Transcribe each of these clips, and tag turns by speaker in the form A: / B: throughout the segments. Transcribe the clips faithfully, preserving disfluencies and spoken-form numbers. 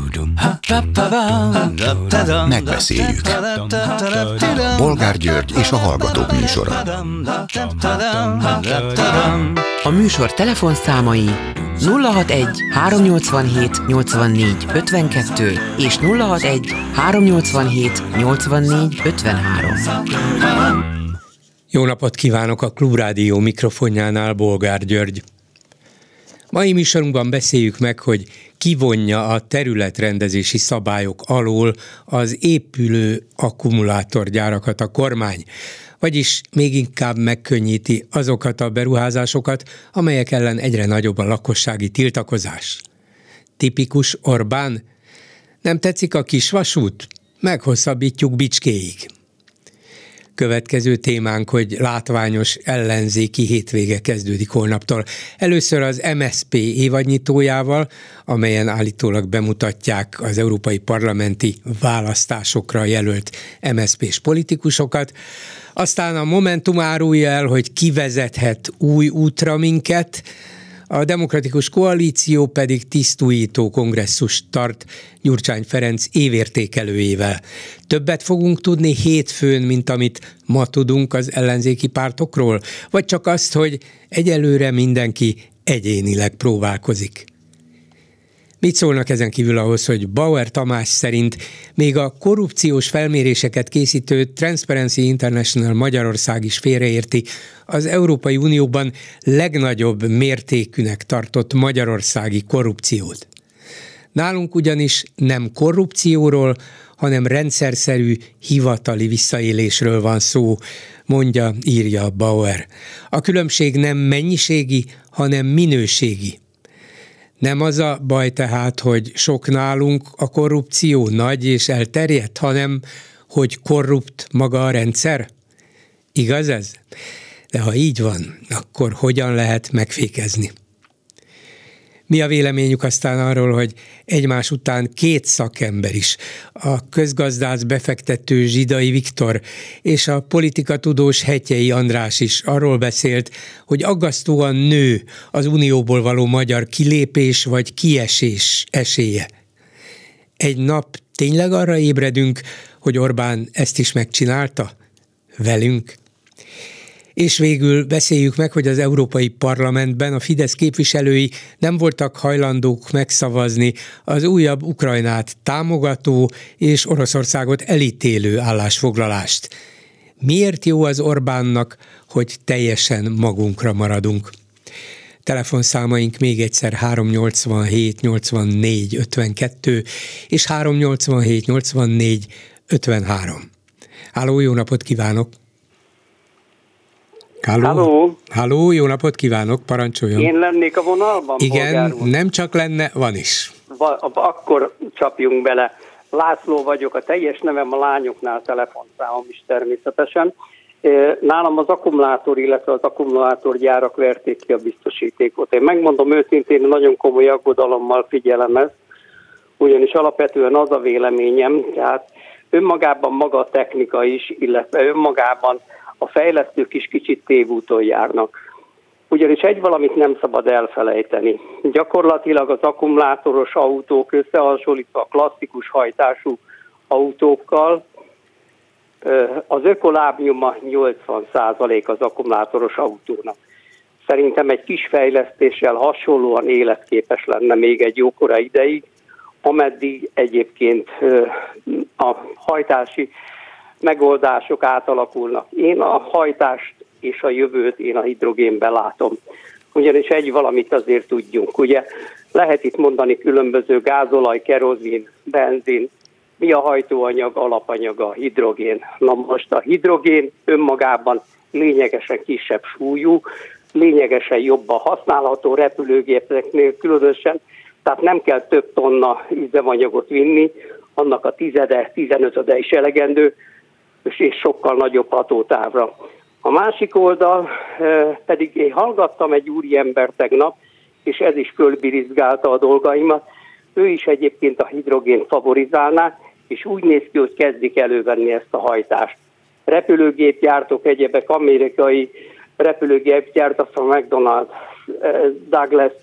A: Megbeszéljük. Bolgár György és a Hallgatók műsora.
B: A műsor telefonszámai nulla hatvanegy háromnyolcvanhét nyolcvannégy ötvenkettő és nulla hatvanegy háromnyolcvanhét nyolcvannégy ötvenhárom.
C: Jó napot kívánok, a Klubrádió mikrofonjánál Bolgár György. Mai műsorunkban beszéljük meg, hogy kivonja a területrendezési szabályok alól az épülő akkumulátorgyárakat a kormány, vagyis még inkább megkönnyíti azokat a beruházásokat, amelyek ellen egyre nagyobb a lakossági tiltakozás. Tipikus Orbán? Nem tetszik a kisvasút? Meghosszabbítjuk Bicskéig. Következő témánk, hogy látványos ellenzéki hétvége kezdődik holnaptól. Először az em es zé pé évadnyitójával, amelyen állítólag bemutatják az európai parlamenti választásokra jelölt em es zé pés politikusokat. Aztán a Momentum árulja el, hogy kivezethet új útra minket, a Demokratikus Koalíció pedig tisztújító kongresszust tart Gyurcsány Ferenc évértékelőjével. Többet fogunk tudni hétfőn, mint amit ma tudunk az ellenzéki pártokról, vagy csak azt, hogy egyelőre mindenki egyénileg próbálkozik. Mit szólnak ezen kívül ahhoz, hogy Bauer Tamás szerint még a korrupciós felméréseket készítő Transparency International Magyarország is félreérti az Európai Unióban legnagyobb mértékűnek tartott magyarországi korrupciót. Nálunk ugyanis nem korrupcióról, hanem rendszerszerű hivatali visszaélésről van szó, mondja, írja Bauer. A különbség nem mennyiségi, hanem minőségi. Nem az a baj tehát, hogy sok nálunk a korrupció nagy és elterjedt, hanem hogy korrupt maga a rendszer? Igaz ez? De ha így van, akkor hogyan lehet megfékezni? Mi a véleményük aztán arról, hogy egymás után két szakember is, a közgazdász befektető Zsidai Viktor és a politikatudós Hetyei András is arról beszélt, hogy aggasztóan nő az unióból való magyar kilépés vagy kiesés esélye. Egy nap tényleg arra ébredünk, hogy Orbán ezt is megcsinálta? Velünk? És végül beszéljük meg, hogy az Európai Parlamentben a Fidesz képviselői nem voltak hajlandók megszavazni az újabb Ukrajnát támogató és Oroszországot elítélő állásfoglalást. Miért jó az Orbánnak, hogy teljesen magunkra maradunk? Telefonszámaink még egyszer háromnyolcvanhét nyolcvannégy ötvenkettő és háromnyolcvanhét nyolcvannégy ötvenhárom. Háló, jó napot kívánok! Halló. Halló. Halló, jó napot kívánok, parancsoljon.
D: Én lennék a vonalban?
C: Igen, nem csak lenne, van is.
D: Va, akkor csapjunk bele. László vagyok, a teljes nevem, a lányoknál telefonszámom is természetesen. Nálam az akkumulátor, illetve az akkumulátorgyárak verték ki a biztosítékot. Én megmondom őszintén, nagyon komoly aggodalommal figyelem ezt, ugyanis alapvetően az a véleményem, tehát önmagában maga a technika is, illetve önmagában a fejlesztők is kicsit tévúton járnak. Ugyanis egy valamit nem szabad elfelejteni. Gyakorlatilag az akkumulátoros autók összehasonlítva a klasszikus hajtású autókkal, az ökolábnyoma nyolcvan százalék az akkumulátoros autónak. Szerintem egy kis fejlesztéssel hasonlóan életképes lenne még egy jókora ideig, ameddig egyébként a hajtási megoldások átalakulnak. Én a hajtást és a jövőt én a hidrogénben látom. Ugyanis egy valamit azért tudjunk. Ugye lehet itt mondani különböző gázolaj, kerozin, benzin, mi a hajtóanyag, alapanyaga, a hidrogén. Na most a hidrogén önmagában lényegesen kisebb súlyú, lényegesen jobban használható repülőgépeknél különösen, tehát nem kell több tonna üzemanyagot vinni, annak a tizede, tizenötöde is elegendő, és sokkal nagyobb hatótávra. A másik oldal pedig én hallgattam egy úriember tegnap, és ez is fölbirizgálta a dolgaimat. Ő is egyébként a hidrogént favorizálná, és úgy néz ki, hogy kezdik elővenni ezt a hajtást. Repülőgépgyártók, egyebek, amerikai repülőgépgyárt, azt a McDonald's, Douglas,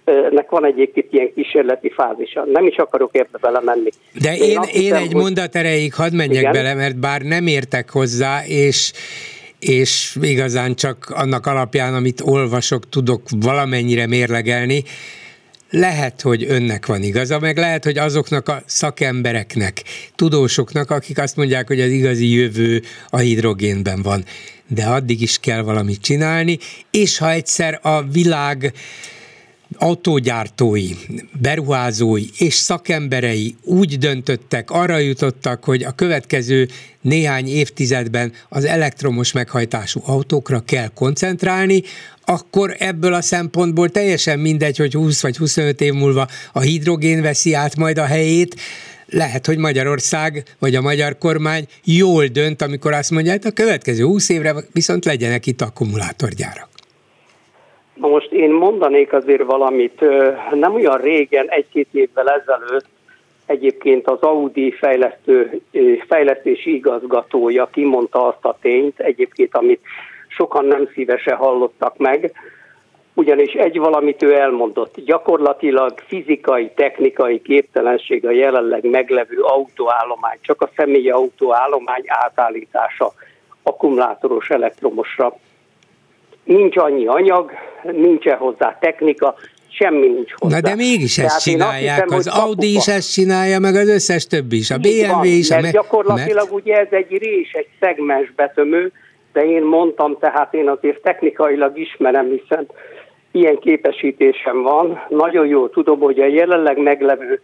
D: nek van egyébként ilyen kísérleti fázisa. Nem is akarok érte bele menni.
C: De én, én, én egy hogy... mondat erejéig hadd menjek igen? bele, mert bár nem értek hozzá, és, és igazán csak annak alapján, amit olvasok, tudok valamennyire mérlegelni, lehet, hogy önnek van igaza, meg lehet, hogy azoknak a szakembereknek, tudósoknak, akik azt mondják, hogy az igazi jövő a hidrogénben van. De addig is kell valamit csinálni, és ha egyszer a világ autógyártói, beruházói és szakemberei úgy döntöttek, arra jutottak, hogy a következő néhány évtizedben az elektromos meghajtású autókra kell koncentrálni, akkor ebből a szempontból teljesen mindegy, hogy húsz vagy huszonöt év múlva a hidrogén veszi át majd a helyét. Lehet, hogy Magyarország vagy a magyar kormány jól dönt, amikor azt mondja, hogy a következő húsz évre viszont legyenek itt akkumulátorgyárak.
D: Na most én mondanék azért valamit. Nem olyan régen, egy-két évvel ezelőtt egyébként az Audi fejlesztő, fejlesztési igazgatója kimondta azt a tényt, egyébként amit sokan nem szívesen hallottak meg, ugyanis egy valamit ő elmondott. Gyakorlatilag fizikai, technikai képtelenség a jelenleg meglevő autóállomány, csak a személyi autóállomány átállítása akkumulátoros elektromosra. Nincs annyi anyag, nincsen hozzá technika, semmi nincs hozzá.
C: Na de mégis ezt Tehát csinálják, hiszem, az Audi is ezt csinálja, meg az összes többi is, a bé em vé is.
D: Mert
C: a me-
D: gyakorlatilag mert... ugye ez egy rés, egy szegmens betömő, de én mondtam, tehát én azért technikailag ismerem, hiszen ilyen képesítésem van. Nagyon jól tudom, hogy a jelenleg meglevő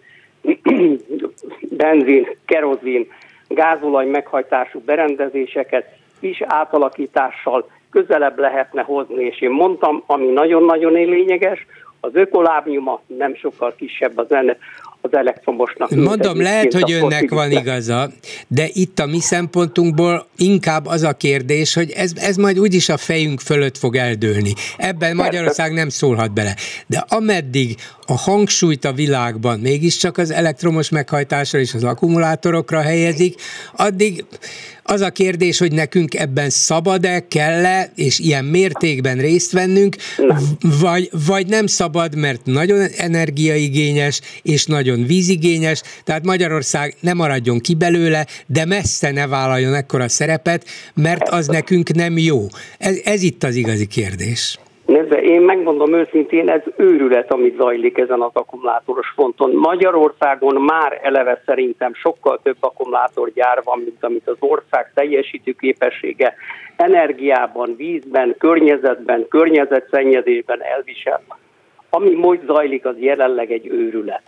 D: benzin, kerozin, gázolaj meghajtású berendezéseket is átalakítással közelebb lehetne hozni, és én mondtam, ami nagyon-nagyon lényeges, az ökolábnyoma nem sokkal kisebb az, az elektromosnak.
C: Mondom, lehet, hogy önnek van igaza, de itt a mi szempontunkból inkább az a kérdés, hogy ez, ez majd úgyis a fejünk fölött fog eldőlni. Ebben Magyarország nem szólhat bele. De ameddig a hangsúlyt a világban mégiscsak az elektromos meghajtásra és az akkumulátorokra helyezik, addig az a kérdés, hogy nekünk ebben szabad-e, kell-e, és ilyen mértékben részt vennünk, vagy, vagy nem szabad, mert nagyon energiaigényes, és nagyon vízigényes, tehát Magyarország nem maradjon ki belőle, de messze ne vállaljon ekkora szerepet, mert az nekünk nem jó. Ez, ez itt az igazi kérdés.
D: Nézze, én megmondom őszintén, ez őrület, ami zajlik ezen az akkumulátoros fronton. Magyarországon már eleve szerintem sokkal több akkumulátorgyár van, mint amit az ország teljesítő képessége energiában, vízben, környezetben, környezetszennyezésben elvisel. Ami most zajlik, az jelenleg egy őrület.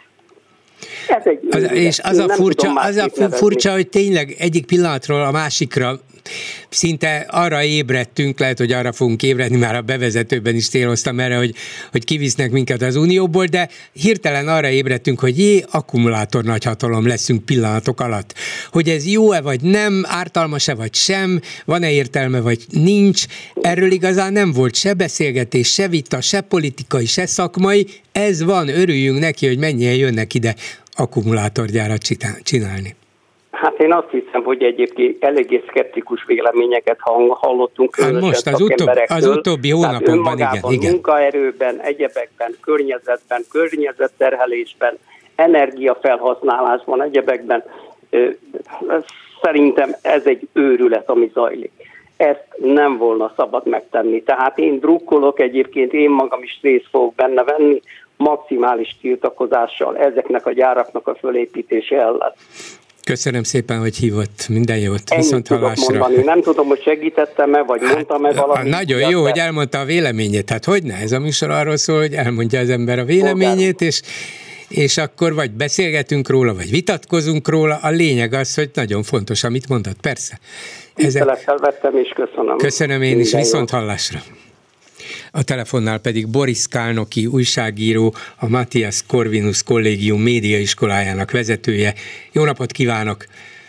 D: Ez egy őrület.
C: Az, és az a, furcsa, az a furcsa, hogy tényleg egyik pillanatról a másikra szinte arra ébredtünk, lehet, hogy arra fogunk ébredni, már a bevezetőben is céloztam erre, hogy, hogy kivisznek minket az Unióból, de hirtelen arra ébredtünk, hogy jé, akkumulátor nagyhatalom leszünk pillanatok alatt. Hogy ez jó-e vagy nem, ártalmas-e vagy sem, van-e értelme vagy nincs, erről igazán nem volt se beszélgetés, se vita, se politikai, se szakmai, ez van, örüljünk neki, hogy mennyien jönnek ide akkumulátorgyárat csinálni.
D: Hát én azt hiszem, hogy egyébként eléggé szkeptikus véleményeket hallottunk.
C: Hát most az, utóbb, az utóbbi hónapokban, igen, igen.
D: Munkaerőben, egyebekben, környezetben, környezetterhelésben, energiafelhasználásban, egyebekben. Szerintem ez egy őrület, ami zajlik. Ezt nem volna szabad megtenni. Tehát én drukkolok, egyébként én magam is részt fogok benne venni, maximális tiltakozással ezeknek a gyáraknak a fölépítése ellen.
C: Köszönöm szépen, hogy hívott. Minden jót. Viszont hallásra.
D: Nem tudom, hogy segítettem-e, vagy mondtam-e valamit.
C: Nagyon jó, hogy elmondta a véleményét. Hát hogyne? Ez a műsor arról szól, hogy elmondja az ember a véleményét, és, és akkor vagy beszélgetünk róla, vagy vitatkozunk róla. A lényeg az, hogy nagyon fontos, amit mondott. Persze.
D: Tisztelettel vettem, és köszönöm.
C: Köszönöm én is. Viszont hallásra. A telefonnál pedig Boris Kálnoki újságíró, a Matthias Corvinus Kollégium médiaiskolájának vezetője. Jó napot kívánok!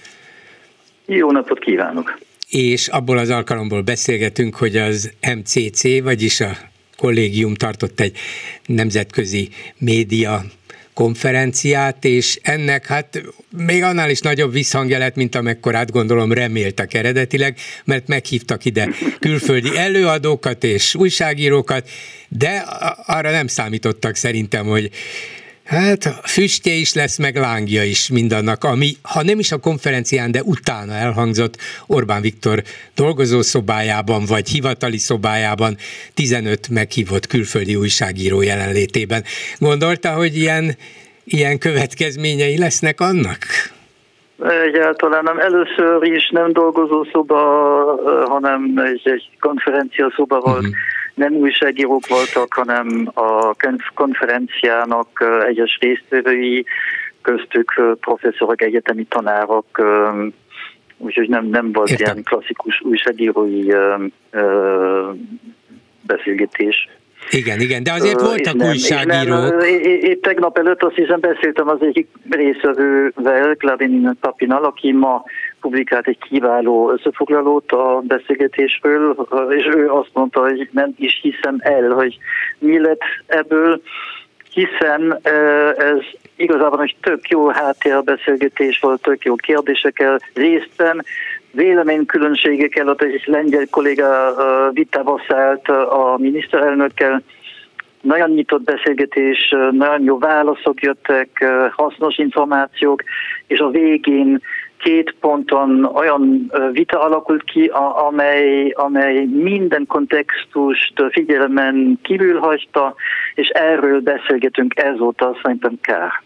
E: Jó napot kívánok!
C: És abból az alkalomból beszélgetünk, hogy az em cé cé, vagyis a kollégium tartott egy nemzetközi média konferenciát, és ennek hát még annál is nagyobb visszhangja lett, mint amekkorát gondolom reméltek eredetileg, mert meghívtak ide külföldi előadókat és újságírókat, de arra nem számítottak szerintem, hogy hát füstje is lesz, meg lángja is mindannak, ami, ha nem is a konferencián, de utána elhangzott Orbán Viktor dolgozószobájában, vagy hivatali szobájában tizenöt meghívott külföldi újságíró jelenlétében. Gondolta, hogy ilyen, ilyen következményei lesznek annak?
E: Egyáltalán nem. Először is nem dolgozószoba, hanem egy, egy konferenciaszoba volt. Uh-huh. Nem újságírók voltak, hanem a konferenciának egyes résztvevői, köztük professzorok, egyetemi tanárok, úgyhogy nem, nem volt Értem. ilyen klasszikus újságírói beszélgetés.
C: Igen, igen, de azért voltak nem, újságírók.
E: Épp tegnap előtt azt hiszem beszéltem az egyik részvevővel, Klavin Papinnal, aki ma publikált egy kiváló összefoglalót a beszélgetésről, és ő azt mondta, hogy nem is hiszem el, hogy mi lett ebből, hiszen ez igazából egy tök jó háttérbeszélgetés volt, tök jó kérdésekkel részben, véleménykülönbségekkel, ott egy lengyel kolléga vitába szállt a miniszterelnökkel, nagyon nyitott beszélgetés, nagyon jó válaszok jöttek, hasznos információk, és a végén két ponton olyan vita alakult ki, amely, amely minden kontextust figyelmen kívül hagyta, és erről beszélgetünk ezóta, szerintem kár.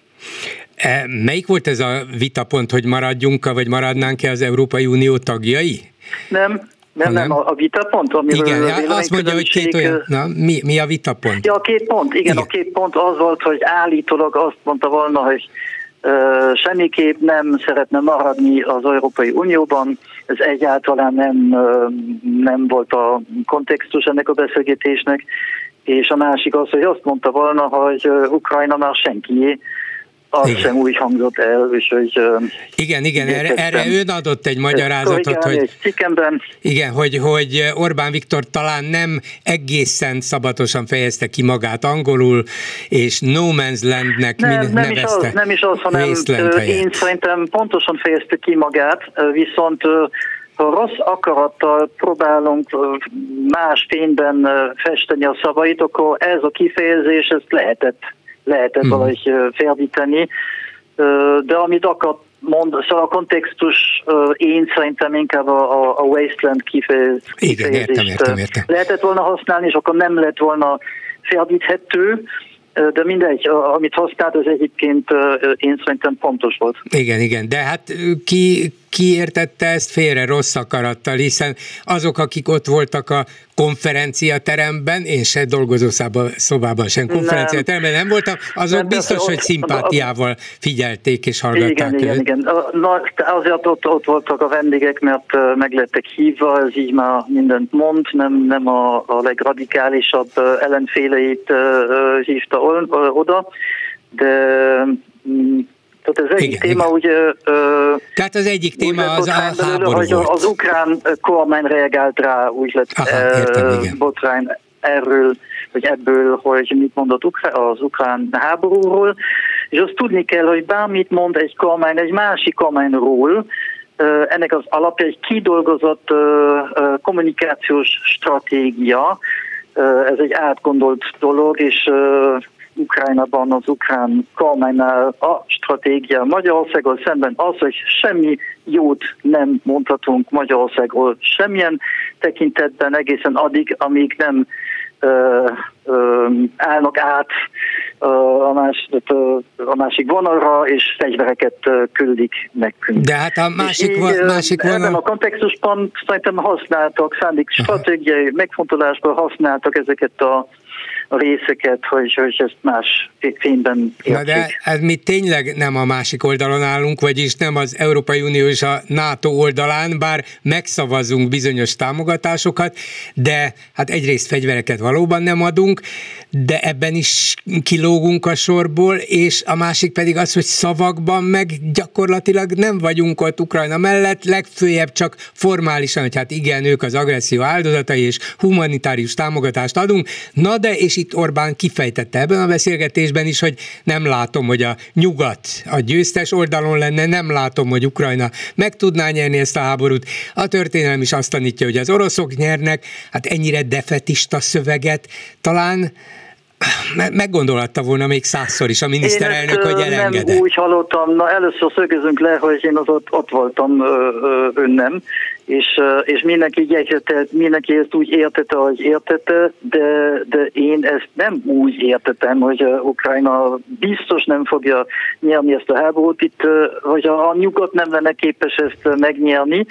C: Melyik volt ez a vitapont, hogy maradjunk, vagy maradnánk-e az Európai Unió tagjai?
E: Nem, nem, nem, a vitapont, amiről
C: igen, azt mondja, hogy két olyan, na, mi, mi a vitapont?
E: Ja, a két pont, igen, igen, a két pont az volt, hogy állítólag azt mondta volna, hogy uh, semmiképp nem szeretne maradni az Európai Unióban, ez egyáltalán nem, uh, nem volt a kontextus ennek a beszélgetésnek, és a másik az, hogy azt mondta volna, hogy uh, Ukrajna már senkié, az igen. sem úgy hangzott el, és hogy...
C: Igen, igen, erre, erre ön adott egy magyarázatot, hogy, igen, hogy, hogy Orbán Viktor talán nem egészen szabatosan fejezte ki magát angolul, és no man's landnek
E: nem, nem
C: nevezte.
E: Is az, nem is az, hanem én szerintem pontosan fejezte ki magát, viszont ha rossz akarattal próbálunk más fényben festeni a szavait, akkor ez a kifejezés, ezt lehetett lehetett hmm. valahogy ferdíteni, de amit akart mond, szóval a kontextus én szerintem inkább a, a wasteland kifejezést
C: Igen, értem, értem, értem.
E: lehetett volna használni, és akkor nem lett volna ferdíthető, de mindegy, amit használt, az egyébként én szerintem pontos volt.
C: Igen, igen, de hát ki, ki értette ezt félre rossz akarattal, hiszen azok, akik ott voltak a konferenciateremben, én se dolgozószobában, sem konferenciateremben nem voltam, azok nem, biztos, ott, hogy szimpátiával figyelték és hallgatták
E: igen,
C: őt.
E: Igen, igen, Na, azért ott, ott voltak a vendégek, mert meg lettek hívva, ez így már mindent mond, nem, nem a, a legradikálisabb ellenféleit hívta oda, de... Tehát az egyik igen, téma, igen. ugye...
C: Tehát az egyik téma az a háború
E: hogy volt. Az ukrán kormány reagált rá, úgy lett Aha, értem, botrány erről, vagy ebből, hogy mit mondott az ukrán háborúról, és azt tudni kell, hogy bármit mond egy kormány, egy másik kormányról, ennek az alapja egy kidolgozott kommunikációs stratégia, ez egy átgondolt dolog, és Ukrajnában az ukrán kormánynál a stratégia Magyarországgal szemben az, hogy semmi jót nem mondhatunk Magyarországról semmilyen tekintetben egészen addig, amíg nem ö, ö, állnak át ö, a, más, ö, a másik vonalra, és fegyvereket ö, küldik nekünk.
C: De hát a másik, így, vo- másik vonal...
E: Ebben a kontextusban szerintem használtak, szándék stratégiai megfontolásból használtak ezeket a a részeket, hogy, hogy ezt más fényben értsük.
C: Na de hát mi tényleg nem a másik oldalon állunk, vagyis nem az Európai Unió és a NATO oldalán, bár megszavazunk bizonyos támogatásokat, de hát egyrészt fegyvereket valóban nem adunk, de ebben is kilógunk a sorból, és a másik pedig az, hogy szavakban meg gyakorlatilag nem vagyunk ott Ukrajna mellett, legfőjebb csak formálisan, hogy hát igen, ők az agresszió áldozatai, és humanitárius támogatást adunk, na de és és itt Orbán kifejtette ebben a beszélgetésben is, hogy nem látom, hogy a nyugat a győztes oldalon lenne, nem látom, hogy Ukrajna meg tudná nyerni ezt a háborút. A történelem is azt tanítja, hogy az oroszok nyernek, hát ennyire defetista szöveget talán meggondolhatta volna még százszor is a miniszterelnök, hogy elengedett.
E: Nem úgy hallottam, na először szögezünk le, hogy én az ott, ott voltam önnem, és, és mindenki jegyzetett, mindenki ezt úgy értette, ahogy értette, de, de én ezt nem úgy értettem, hogy Ukrajna biztos nem fogja nyerni ezt a háborút, itt, hogy a nyugat nem lenne képes ezt megnyerni.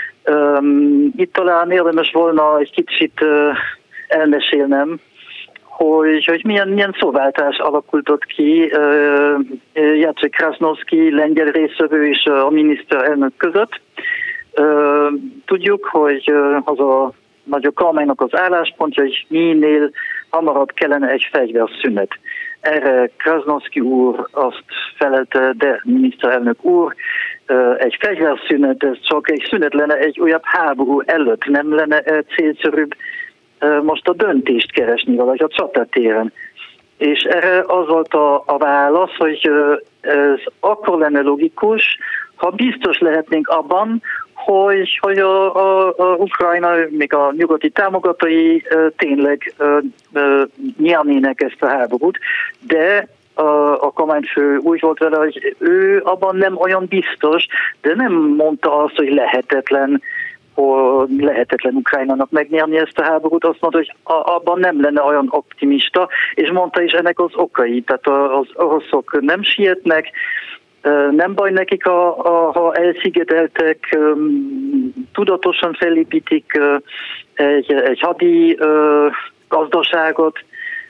E: Itt talán érdemes volna egy kicsit elmesélnem, hogy, hogy milyen, milyen szóváltás alakult ott ki uh, Jacek Krasnowski, lengyel részvevő és a miniszterelnök között. Uh, tudjuk, hogy az a nagyobb kormánynak az álláspontja, hogy minél hamarabb kellene egy fegyverszünet. Erre Krasnowski úr azt felelte, de miniszterelnök úr, uh, egy fegyverszünet, ez csak egy szünet lenne egy újabb háború előtt, nem lenne célszerűbb most a döntést keresni valahogy a csatatéren. És erre az volt a, a válasz, hogy ez akkor lenne logikus, ha biztos lehetnénk abban, hogy, hogy a, a, a Ukrajna, még a nyugati támogatói tényleg nyernének ezt a háborút, de a, a kormányfő úgy volt vele, hogy ő abban nem olyan biztos, de nem mondta azt, hogy lehetetlen, lehetetlen Ukrajnának megnyerni ezt a háborút, azt mondta, hogy abban nem lenne olyan optimista, és mondta is ennek az okai, tehát az oroszok nem sietnek, nem baj nekik, ha elszigeteltek, tudatosan felépítik egy, egy hadi gazdaságot,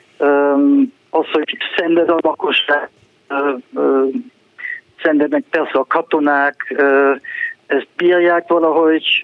E: az, hogy szenved a lakosság, szenvednek persze a katonák, ezt bírják valahogy,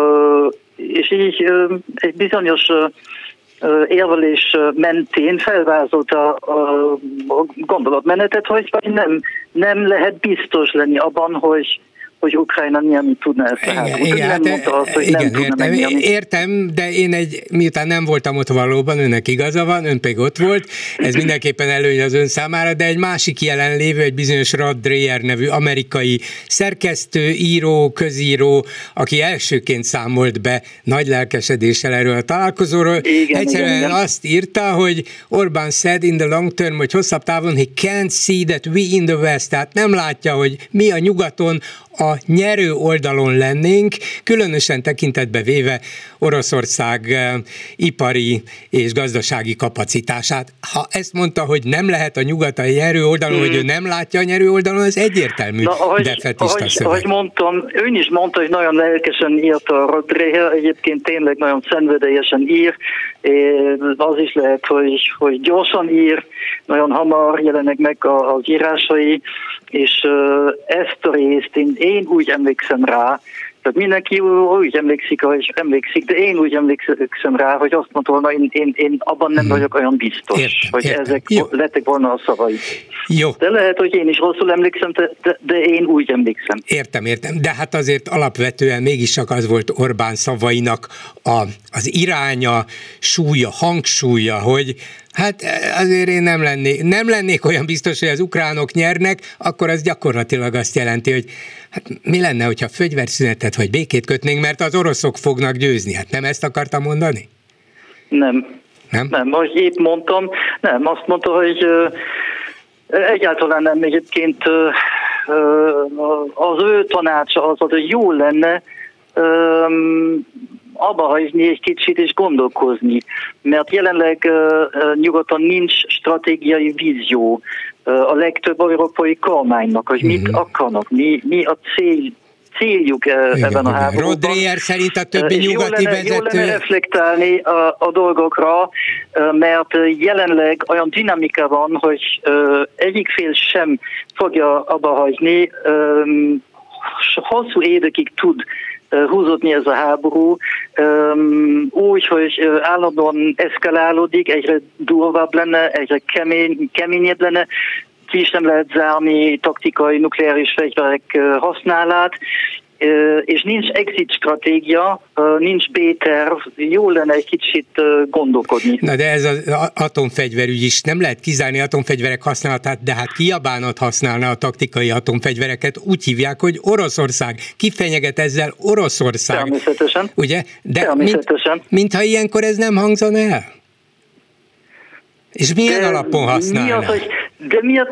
E: és így egy bizonyos érvelés mentén felvázolta a gondolatmenetet, hogy nem, nem lehet biztos lenni abban, hogy hogy Ukrajna nyerni tudna ezt a háborút. Igen, hát, nem azt, hogy igen, nem
C: értem, értem, de én egy, miután nem voltam ott valóban, önnek igaza van, ön pedig ott volt, ez mindenképpen előny az ön számára, de egy másik jelenlévő, egy bizonyos Rod Dreher nevű amerikai szerkesztő, író, közíró, aki elsőként számolt be nagy lelkesedéssel erről a találkozóról, igen, egyszerűen igen, igen. Azt írta, hogy Orbán said in the long term, hogy hosszabb távon he can't see that we in the West, tehát nem látja, hogy mi a nyugaton a nyerő oldalon lennénk, különösen tekintetbe véve Oroszország ipari és gazdasági kapacitását. Ha ezt mondta, hogy nem lehet a nyugat a nyerő oldalon, hmm. hogy ő nem látja a nyerő oldalon, az egyértelmű defetista szöveg.
E: Ahogy mondtam, ön is mondta, hogy nagyon lelkesen írt a Rod Dreher, egyébként tényleg nagyon szenvedélyesen ír, az is lehet, hogy, hogy gyorsan ír, nagyon hamar jelennek meg az írásai, és ezt a részt én, én úgy emlékszem rá, tehát mindenki úgy emlékszik, hogy emlékszik, de én úgy emlékszem rá, hogy azt mondta volna, én, én, én abban nem vagyok olyan biztos, értem, hogy értem. Ezek Jó. lettek volna a szavai.
C: Jó.
E: De lehet, hogy én is rosszul emlékszem, de, de, de én úgy emlékszem.
C: Értem, értem, de hát azért alapvetően mégis csak az volt Orbán szavainak a, az iránya, súlya, hangsúlya, hogy hát azért én nem lennék, nem lennék olyan biztos, hogy az ukránok nyernek, akkor az gyakorlatilag azt jelenti, hogy hát mi lenne, hogyha fegyverszünetet vagy békét kötnénk, mert az oroszok fognak győzni. Hát nem ezt akartam mondani?
E: Nem. Nem? Nem, ahogy épp mondtam, nem, azt mondta, hogy uh, egyáltalán nem, egyébként uh, az ő tanácsa az, hogy jó lenne um, abba hagyni egy kicsit és gondolkozni, mert jelenleg uh, nyugaton nincs stratégiai vízió uh, a legtöbb európai kormánynak, hogy mit uh-huh. akarnak, mi, mi a cél, céljuk uh, ebben a háborúban.
C: Rod Dreher szerint a többi uh, nyugati
E: jó lenne,
C: vezető...
E: Jó lenne reflektálni a, a dolgokra, uh, mert jelenleg olyan dinamika van, hogy uh, egyik fél sem fogja abba hagyni, um, hosszú évekig tud húzódni ez a háború, um, úgy, hogy állandóan eszkalálódik, egyre durvább lenne, egyre kemény, keményebb lenne, ki is nem lehet zárni taktikai nukleáris fegyverek használát, és nincs exit stratégia, nincs B-terv, jó lenne egy kicsit gondolkodni.
C: Na de ez az atomfegyverügy is, nem lehet kizárni atomfegyverek használatát, de hát ki Japánot használna a taktikai atomfegyvereket, úgy hívják, hogy Oroszország. Ki fenyeget ezzel? Oroszország.
E: Természetesen.
C: Ugye? De
E: Természetesen.
C: Mint, mintha ilyenkor ez nem hangzana el? És milyen de alapon használna?
E: Mi az, hogy, de miért...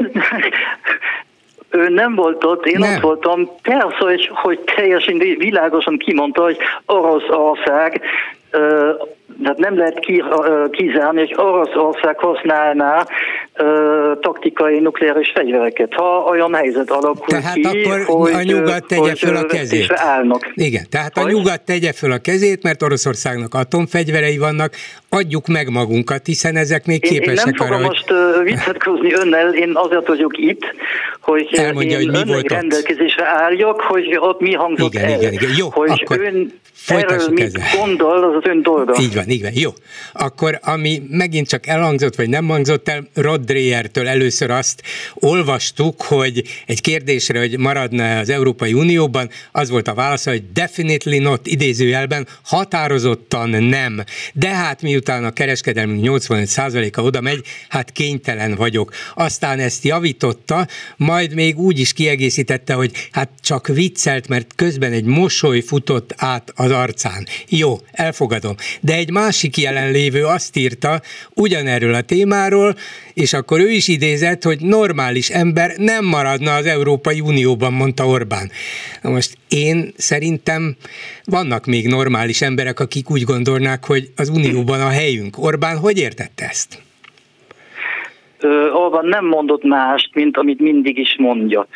E: Ő nem volt ott, én nem. Ott voltam. Persze, hogy, hogy teljesen világosan kimondta, hogy Oroszország, de nem lehet kizárni, hogy Oroszország használná taktikai nukleáris fegyvereket. Ha olyan helyzet alakul
C: tehát
E: ki,
C: akkor
E: hogy,
C: a nyugat tegye
E: hogy
C: föl a kezét.
E: Állnak.
C: Igen, tehát hogy? A nyugat tegye föl a kezét, mert Oroszországnak atomfegyverei vannak, adjuk meg magunkat, hiszen ezek még
E: én,
C: képesek
E: én nem
C: arra,
E: fogom
C: hogy...
E: most vitatkozni önnel, én azért vagyok itt, hogy
C: elmondja,
E: én
C: hogy mi volt
E: rendelkezésre álljak, hogy ott mi hangzott
C: igen,
E: el.
C: Igen, igen, jó,
E: hogy
C: akkor
E: ön
C: folytassuk
E: mit
C: ezzel.
E: gondol, az az ön dolga.
C: Így van, így van, jó. Akkor ami megint csak elhangzott, vagy nem hangzott el, Rod Drehertől először azt olvastuk, hogy egy kérdésre, hogy maradna az Európai Unióban, az volt a válasz, hogy definitely not, idézőjelben, határozottan nem. De hát miután a kereskedelmünk nyolcvanöt százaléka oda megy, hát kénytelen vagyok. Aztán ezt javította, majd még úgy is kiegészítette, hogy hát csak viccelt, mert közben egy mosoly futott át az arcán. Jó, elfogadom. De egy másik jelenlévő azt írta ugyanerről a témáról, és akkor ő is idézett, hogy normális ember nem maradna az Európai Unióban, mondta Orbán. Na most én szerintem vannak még normális emberek, akik úgy gondolnák, hogy az Unióban a helyünk. Orbán hogy értette ezt?
E: Orbán nem mondott mást, mint amit mindig is mondja.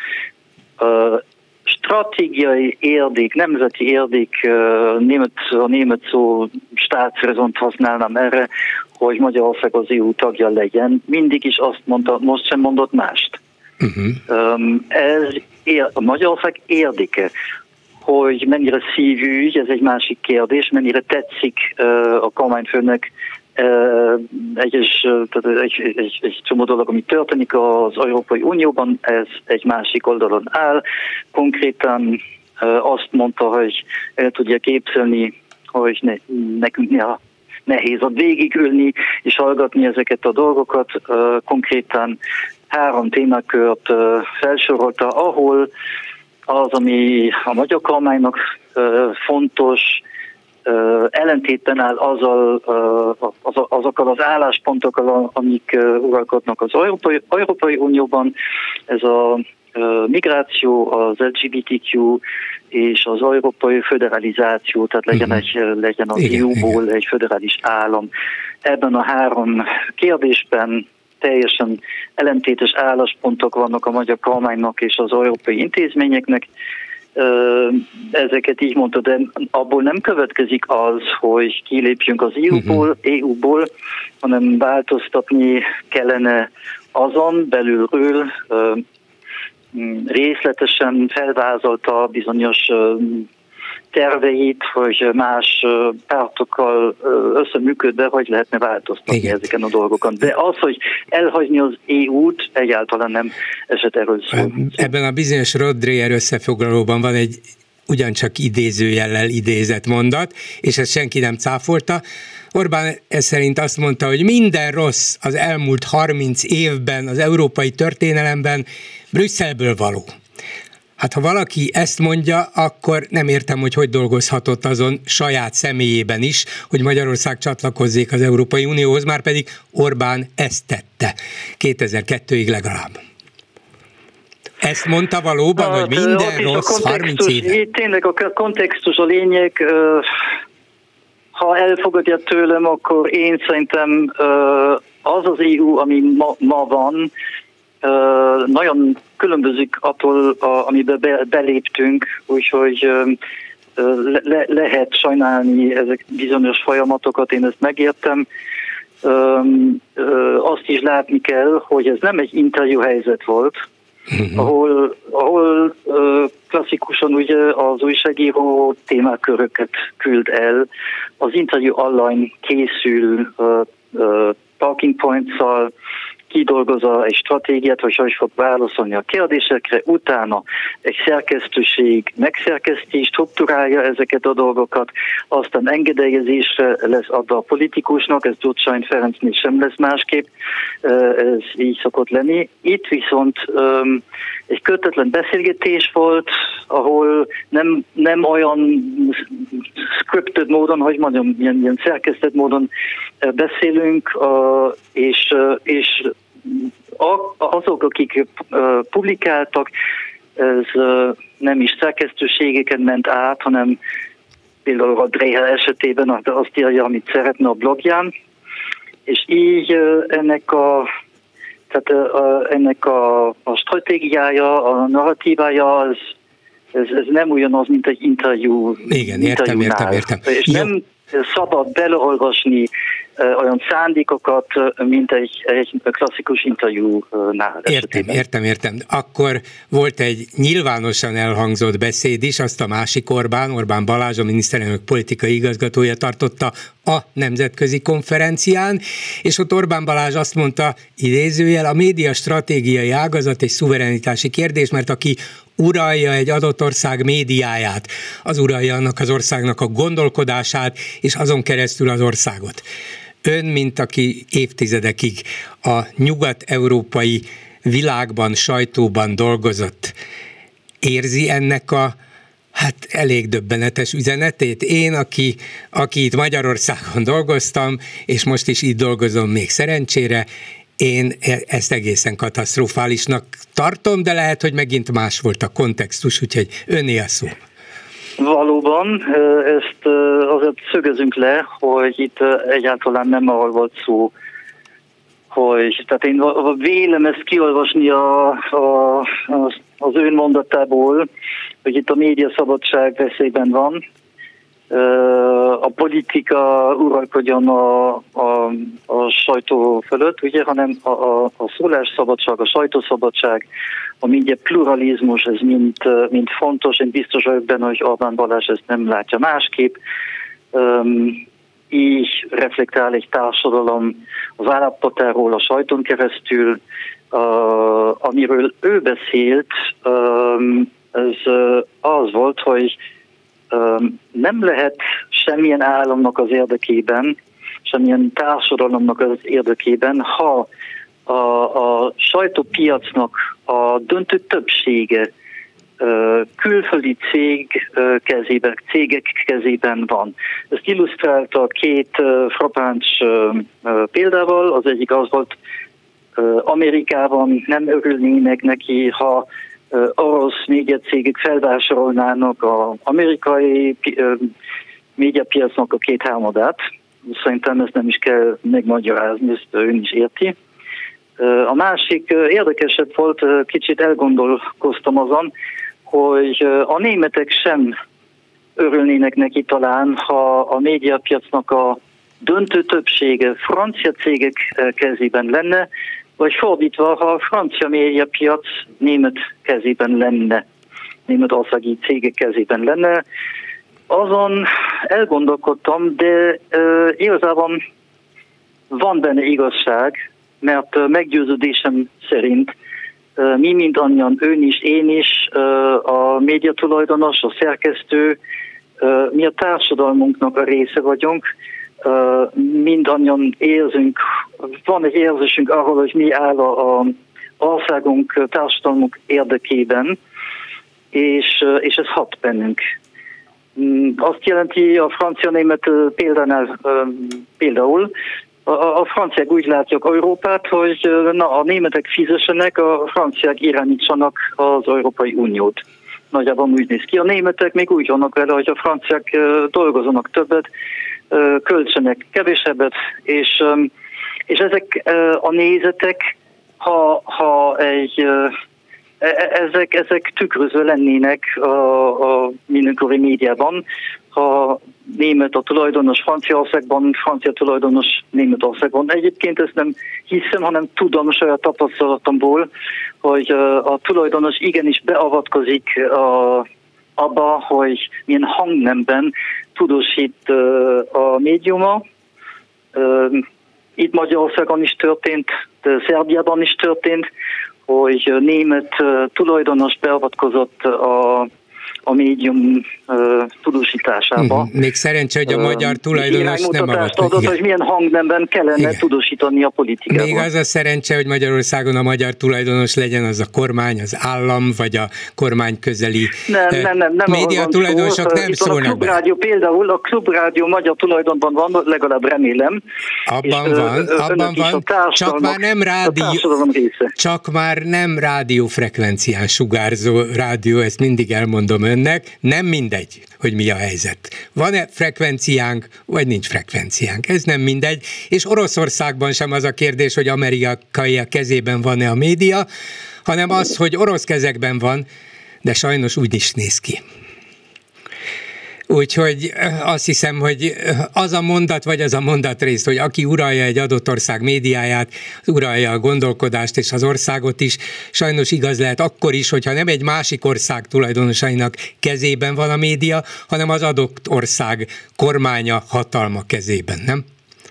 E: Stratégiai érdek, nemzeti érdek, német, a német szó Staatsräson használnám erre, hogy Magyarország az é u tagja legyen. Mindig is azt mondta, most sem mondott mást. Uh-huh. Ez a Magyarország érdeke. Hogy mennyire szívügy, ez egy másik kérdés, mennyire tetszik a kormányfőnek egyes, tehát egy, egy, egy csomó dolog, ami történik az Európai Unióban, ez egy másik oldalon áll. Konkrétan azt mondta, hogy el tudja képzelni, hogy ne, nekünk néha nehéz ott végigülni és hallgatni ezeket a dolgokat. Konkrétan három témakört felsorolta, ahol az, ami a magyar kormánynak fontos, ellentétben áll azzal, az, azokkal az álláspontokkal, amik uralkodnak az Európai, Európai Unióban. Ez a migráció, az el gé bé té kú és az európai föderalizáció, tehát legyen, egy, legyen az igen, é u-ból igen. egy föderális állam. Ebben a három kérdésben teljesen ellentétes álláspontok vannak a magyar kormánynak és az európai intézményeknek. Ezeket így mondta, de abból nem következik az, hogy kilépjünk az é u-ból, é u-ból, hanem változtatni kellene azon belülről, részletesen felvázolta bizonyos terveit, hogy más pártokkal összeműködve, hogy lehetne változtatni igen. ezeken a dolgokon. De az, hogy elhagyni az é u-t, egyáltalán nem eset erről szó.
C: Ebben a bizonyos Rod Dreher összefoglalóban van egy ugyancsak idézőjellel idézett mondat, és ezt senki nem cáfolta. Orbán ez szerint azt mondta, hogy minden rossz az elmúlt harminc évben az európai történelemben Brüsszelből való. Hát ha valaki ezt mondja, akkor nem értem, hogy hogy dolgozhatott azon saját személyében is, hogy Magyarország csatlakozzék az Európai Unióhoz, már pedig Orbán ezt tette kétezer-kettőig legalább. Ezt mondta valóban, hát, hogy minden rossz harminc éve?
E: Tényleg a kontextus a lényeg, ha elfogadja tőlem, akkor én szerintem az az é u, ami ma, ma van, nagyon különbözik attól, amiben be, beléptünk, úgyhogy le, le, lehet sajnálni ezek bizonyos folyamatokat, én ezt megértem. Azt is látni kell, hogy ez nem egy interjú helyzet volt, uh-huh. ahol, ahol klasszikusan ugye az újságíró témaköröket küld el, az interjú online készül talking points-szal, kidolgozza egy stratégiát, hogy hogy fog válaszolni a kérdésekre, utána egy szerkesztőség megszerkeszti, struktúrálja ezeket a dolgokat, aztán engedélyezésre lesz adva a politikusnak, ez Gyurcsány Ferencnél sem lesz másképp, ez így szokott lenni. Itt viszont um, egy kötetlen beszélgetés volt, ahol nem, nem olyan scripted módon, hogy mondjam, ilyen, ilyen szerkesztett módon beszélünk, uh, és, uh, és azok, akik uh, publikáltak, ez uh, nem is szerkesztőségeken ment át, hanem például a Dreher esetében azt írja, amit szeretne a blogján, és így uh, ennek a Tehát uh, ennek a, a stratégiája, a narratívája, az, ez, ez nem ugyanaz, mint egy interjú.
C: Igen, értem, értem, értem.
E: És Jó. nem szabad beleolvasni uh, olyan szándékokat, mint egy, egy klasszikus interjúnál.
C: Értem, értem, értem. Akkor volt egy nyilvánosan elhangzott beszéd is, azt a másik Orbán, Orbán Balázs, a miniszterelnök politikai igazgatója tartotta a nemzetközi konferencián, és ott Orbán Balázs azt mondta, idézőjel, a média stratégiai ágazat egy szuverenitási kérdés, mert aki uralja egy adott ország médiáját, az uralja annak az országnak a gondolkodását, és azon keresztül az országot. Ön, mint aki évtizedekig a nyugat-európai világban, sajtóban dolgozott, érzi ennek a hát elég döbbenetes üzenetét? Én, aki, aki itt Magyarországon dolgoztam, és most is itt dolgozom még szerencsére, én ezt egészen katasztrofálisnak tartom, de lehet, hogy megint más volt a kontextus, úgyhogy öné a szó.
E: Valóban, ezt azért szögezünk le, hogy itt egyáltalán nem arról volt szó, hogy, tehát én vélem ezt kiolvasni a, a, az ön mondatából, hogy itt a médiaszabadság veszélyben van, a politika uralkodjon a, a, a sajtó fölött, ugye, hanem a, a, a szólásszabadság, a sajtószabadság, a média pluralizmus, ez mind, mind fontos. Én biztos vagyok benne, hogy Orbán Balázs ezt nem látja másképp. Um, így reflektál egy társadalom az állapotáról a sajtón keresztül, uh, amiről ő beszélt, um, ez uh, az volt, hogy nem lehet semmilyen államnak az érdekében, semmilyen társadalomnak az érdekében, ha a, a sajtópiacnak a döntő többsége külföldi cég kezében, cégek kezében van. Ezt illusztrálta két frappáns példával. Az egyik az volt, Amerikában nem örülnének neki, ha orosz médiacégek felvásárolnának az amerikai médiapiacnak a kétharmadát. Szerintem ezt nem is kell megmagyarázni, ezt ön is érti. A másik érdekesebb volt, kicsit elgondolkoztam azon, hogy a németek sem örülnének neki talán, ha a médiapiacnak a döntő többsége francia cégek kezében lenne, vagy fordítva, ha a francia médiapiac német kezében lenne, németországi cégek kezében lenne. Azon elgondolkodtam, de uh, igazából van benne igazság, mert uh, meggyőződésem szerint uh, mi mindannyian, ön is, én is, uh, a médiatulajdonos, a szerkesztő, uh, mi a társadalmunknak a része vagyunk, Uh, mindannyian érzünk, van egy érzésünk arról, hogy mi áll a, a országunk, társadalmunk érdekében, és, uh, és ez hat bennünk. Um, azt jelenti a francia-német példánál uh, például, a, a franciák úgy látják Európát, hogy uh, na, a németek fizessenek, a franciák irányítsanak az Európai Uniót. Nagyjából úgy néz ki. A németek még úgy vannak vele, hogy a franciák uh, dolgozzanak többet, költsenek kevésebbet, és, és ezek a nézetek, ha, ha egy, ezek, ezek tükrözve lennének a, a mindenkori médiában, ha német a tulajdonos Franciaországban, francia tulajdonos Németországban. Egyébként ezt nem hiszem, hanem tudom saját tapasztalatomból, hogy a tulajdonos igenis beavatkozik a, abba, hogy milyen hangnemben tudósít a médiuma. Itt Magyarországon is történt Szerbiában is történt, hogy német tulajdonos beavatkozott a a médium uh, tudósításába.
C: Még szerencsé, hogy a uh, magyar tulajdonos nem
E: adott, hogy milyen hangnemben kellene igen. tudósítani a politikában.
C: Még az a szerencse, hogy Magyarországon a magyar tulajdonos legyen az a kormány, az állam, vagy a kormány közeli
E: nem, nem, nem, nem
C: média tulajdonosok nem szólnak be. A
E: Klubrádió például, a Klubrádió magyar tulajdonban van, legalább remélem.
C: Abban és, van, abban van, csak már nem rádió, csak már nem rádiófrekvencián sugárzó rádió, ezt mindig elmondom önnek, nem mindegy, hogy mi a helyzet. Van-e frekvenciánk, vagy nincs frekvenciánk. Ez nem mindegy, és Oroszországban sem az a kérdés, hogy amerikai kezében van-e a média, hanem az, hogy orosz kezekben van, de sajnos úgy is néz ki. Úgyhogy azt hiszem, hogy az a mondat, vagy az a mondatrész, hogy aki uralja egy adott ország médiáját, uralja a gondolkodást és az országot is, sajnos igaz lehet akkor is, hogyha nem egy másik ország tulajdonosainak kezében van a média, hanem az adott ország kormánya, hatalma kezében, nem?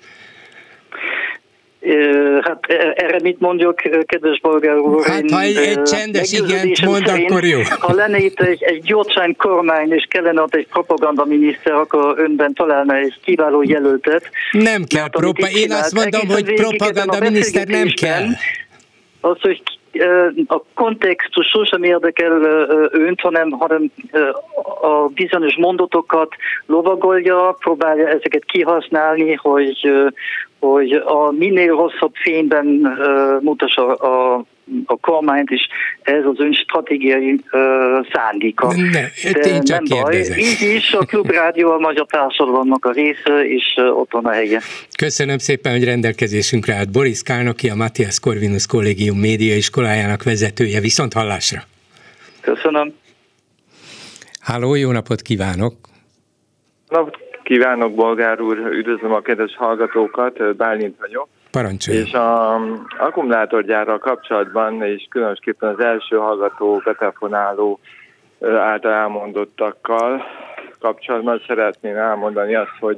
E: Hát erre mit mondjuk, kedves bolgár úr?
C: Hát ha egy, egy csendes igent mond, akkor jó.
E: Ha lenne itt egy, egy gyurcsány kormány, és kellene ott egy propagandaminiszter, akkor önben találna egy kiváló jelöltet.
C: Nem kell propaganda. Én azt mondom, hogy propagandaminiszter nem kell.
E: Az, hogy a kontextus sosem érdekel önt, hanem, hanem a bizonyos mondatokat lovagolja, próbálja ezeket kihasználni, hogy, hogy a minél rosszabb fényben mutassa a a kormányt is, ez az ön stratégiai uh, szándéka.
C: Ne, De nem baj,
E: így is a Klubrádió a magyar társadalomnak a része, és uh, ott van a helye.
C: Köszönöm szépen, hogy rendelkezésünkre állt Boris Kálnoki, a Matthias Corvinus Kollégium médiaiskolájának vezetője. Viszont hallásra!
E: Köszönöm!
C: Háló, jó napot kívánok!
F: Napot kívánok, bolgár úr! Üdvözlöm a kedves hallgatókat, Bálint vagyok.
C: Parancsoljon.
F: És az akkumulátorgyárral kapcsolatban, és különösképpen az első hallgató, betelefonáló által elmondottakkal kapcsolatban szeretném elmondani azt, hogy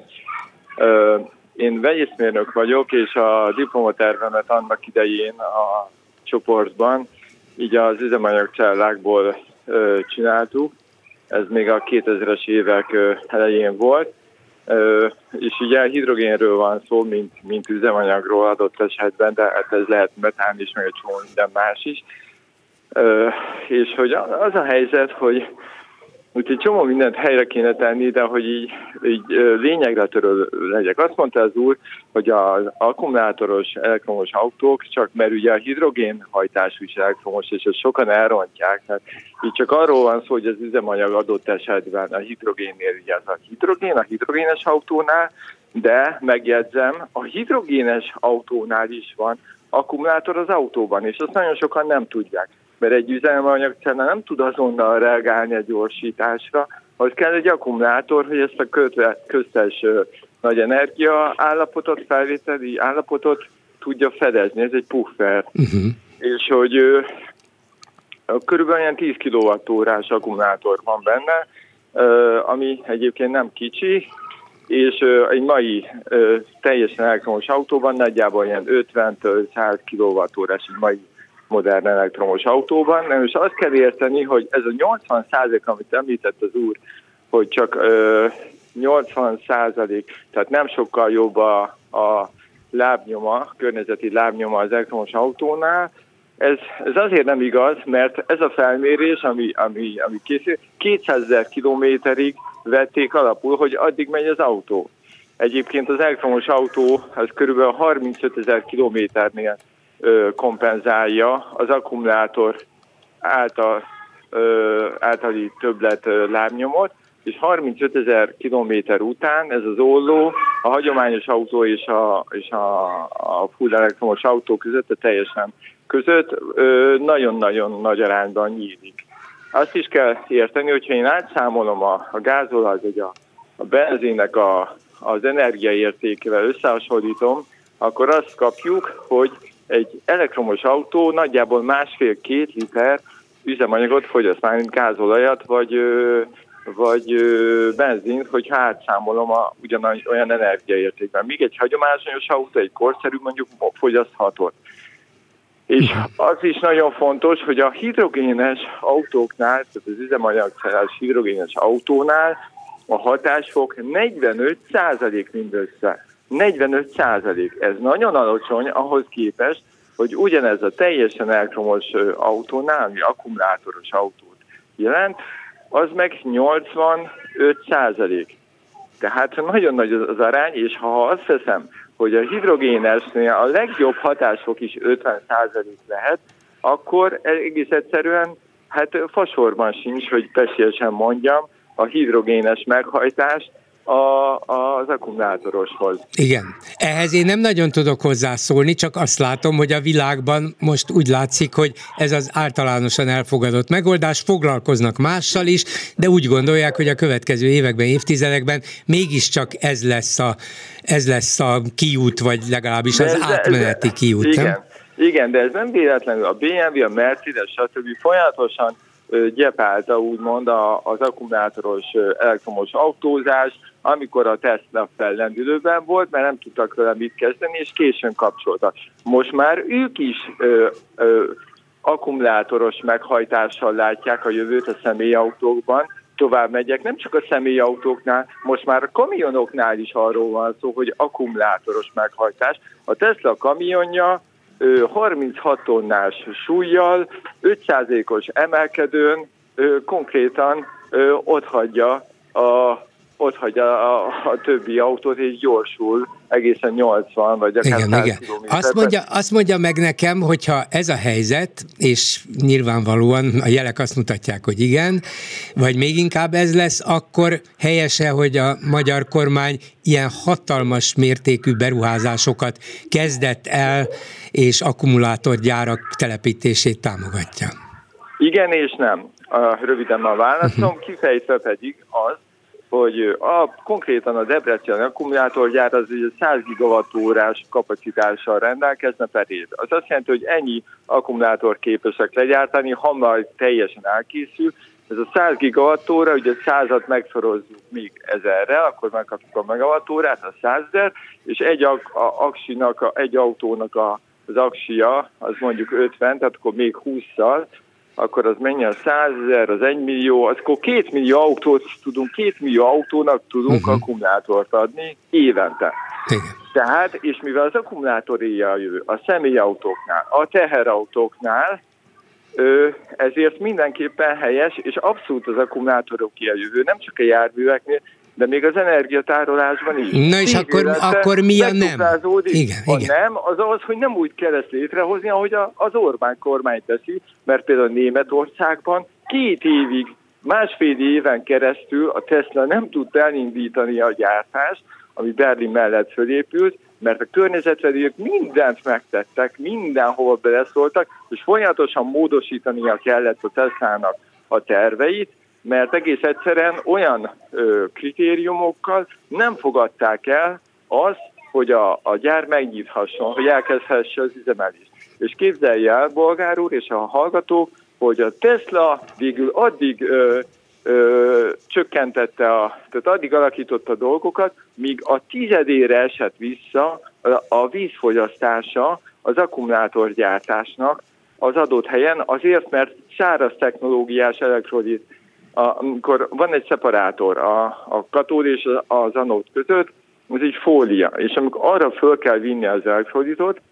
F: ö, én vegyészmérnök vagyok, és a diplomatervemet annak idején a csoportban így az üzemanyagcellákból ö, csináltuk. Ez még a kétezres évek ö, elején volt. Uh, és ugye a hidrogénről van szó, mint, mint üzemanyagról adott esetben, de hát ez lehet metán is, meg egy csomó minden más is. Uh, és hogy az a helyzet, hogy úgyhogy csomó mindent helyre kéne tenni, de hogy így, így lényegre törő legyek. Azt mondta az úr, hogy az akkumulátoros elektromos autók csak, mert ugye a hidrogénhajtású is elektromos, és ezt sokan elrontják. Tehát így csak arról van szó, hogy az üzemanyag adott esetben a hidrogénnél ugye az a hidrogén, a hidrogénes autónál, de megjegyzem, a hidrogénes autónál is van akkumulátor az autóban, és azt nagyon sokan nem tudják. Mert egy üzemanyagcella nem tud azonnal reagálni a gyorsításra, az kell egy akkumulátor, hogy ezt a köztes nagy energia állapotot, felvételi állapotot tudja fedezni. Ez egy puffer. Uh-huh. És hogy ö, körülbelül olyan tíz kilowattórás akkumulátor van benne, ö, ami egyébként nem kicsi, és ö, egy mai ö, teljesen elektromos autóban nagyjából ilyen ötventől száz kilowattórás egy mai modern elektromos autóban. Nem, és azt kell érteni, hogy ez a nyolcvan százalék, amit említett az úr, hogy csak ö, nyolcvan százalék, tehát nem sokkal jobb a, a lábnyoma, környezeti lábnyoma az elektromos autónál. Ez, ez azért nem igaz, mert ez a felmérés, ami, ami, ami készül, kétszázezer kilométerig vették alapul, hogy addig megy az autó. Egyébként az elektromos autó az körülbelül harmincötezer kilométernél kompenzálja az akkumulátor által, ö, általi többlet ö, lábnyomot, és harmincötezer kilométer után ez az olló a hagyományos autó és a, és a, a full elektromos autó között, a teljesen között ö, nagyon-nagyon nagy arányban nyílik. Azt is kell érteni, hogyha én átszámolom a, a gázolaj, vagy a, a benzinnek a, az energiaértékével összehasonlítom, akkor azt kapjuk, hogy egy elektromos autó nagyjából másfél-két liter üzemanyagot fogyaszt, mármint gázolajat, vagy, vagy benzint, hogyha átszámolom a ugyanolyan energiaértékben. Míg egy hagyományos autó, egy korszerű mondjuk fogyaszt hatot. És az is nagyon fontos, hogy a hidrogénes autóknál, tehát az üzemanyagcellás hidrogénes autónál a hatásfok negyvenöt százalék mindössze. negyvenöt százalék. Ez nagyon alacsony ahhoz képest, hogy ugyanez a teljesen elektromos autónál, ami akkumulátoros autót jelent, az meg nyolcvanöt százalék. Tehát nagyon nagy az arány, és ha azt veszem, hogy a hidrogénesnél a legjobb hatásfok is ötven százalék lehet, akkor egész egyszerűen hát fasorban sincs, hogy pestélyesen mondjam, a hidrogénes meghajtást a, az akkumulátoroshoz.
C: Igen. Ehhez én nem nagyon tudok hozzászólni, csak azt látom, hogy a világban most úgy látszik, hogy ez az általánosan elfogadott megoldás, foglalkoznak mással is, de úgy gondolják, hogy a következő években, évtizedekben mégiscsak ez lesz a, ez lesz a kiút, vagy legalábbis az ez, átmeneti ez, kiút.
F: Igen,
C: nem?
F: igen, de ez nem véletlenül. A bé em vé, a Mercedes, stb. Folyamatosan gyepálta úgymond az akkumulátoros elektromos autózás, amikor a Tesla fellendülőben volt, mert nem tudtak vele mit kezdeni, és későn kapcsoltak. Most már ők is ö, ö, akkumulátoros meghajtással látják a jövőt a személyautókban. Tovább megyek, nem csak a személyautóknál, most már a kamionoknál is arról van szó, hogy akkumulátoros meghajtás. A Tesla kamionja harminchat tonnás súllyal, öt százalékos emelkedőn konkrétan otthagyja a, otthagyja a, a többi autót, és gyorsul egészen nyolcvan vagy akár
C: igen,
F: száz
C: igen.
F: kilométerben.
C: Azt mondja, azt mondja meg nekem, hogyha ez a helyzet, és nyilvánvalóan a jelek azt mutatják, hogy igen, vagy még inkább ez lesz, akkor helyese, hogy a magyar kormány ilyen hatalmas mértékű beruházásokat kezdett el, és akkumulátorgyárak telepítését támogatja.
F: Igen és nem. A, röviden a válaszom, uh-huh. kifejtve pedig az, hogy a, konkrétan a Debreceni akkumulátorgyár az ugye száz gigawattórás kapacitással rendelkezne per év. Az azt jelenti, hogy ennyi akkumulátor képesek legyártani, ha majd teljesen elkészül. Ez a száz gigawattóra, ugye százat megszorozzuk még ezerrel, akkor megkapjuk a megawattórát, a százezer, és egy ak- a aksinak, a, egy autónak a, az aksia, az mondjuk ötven, tehát akkor még hússzal, akkor az mennyi a százezer, az egymillió, az akkor két millió autót tudunk, két millió autónak tudunk uh-huh. akkumulátort adni évente.
C: Igen.
F: Tehát, és mivel az akkumulátoré a jövő, a személyautóknál, a teherautóknál, ezért mindenképpen helyes, és abszolút az akkumulátorok a jövő, nem csak a járműveknél, de még az energiatárolásban is.
C: Na és akkor, akkor mi a nem?
F: Igen, a igen. nem az az, hogy nem úgy kell ezt létrehozni, ahogy az Orbán kormány teszi, mert például Németországban két évig, másfél éven keresztül a Tesla nem tudta elindítani a gyártást, ami Berlin mellett fölépült, mert a környezetvédők mindent megtettek, mindenhova beleszóltak, és folyamatosan módosítania kellett a Teslának a terveit, mert egész egyszerűen olyan ö, kritériumokkal nem fogadták el azt, hogy a, a gyár megnyithasson, hogy elkezdhesse az üzemelést. És képzelje el, Bolgár úr és a hallgatók, hogy a Tesla végül addig ö, ö, csökkentette, a, tehát addig alakította a dolgokat, míg a tizedére esett vissza a, a vízfogyasztása az akkumulátorgyártásnak az adott helyen, azért, mert száraz technológiás elektrolit, amikor van egy szeparátor a, a katód és az anód között, ez egy fólia, és amikor arra föl kell vinni az elektrolitot,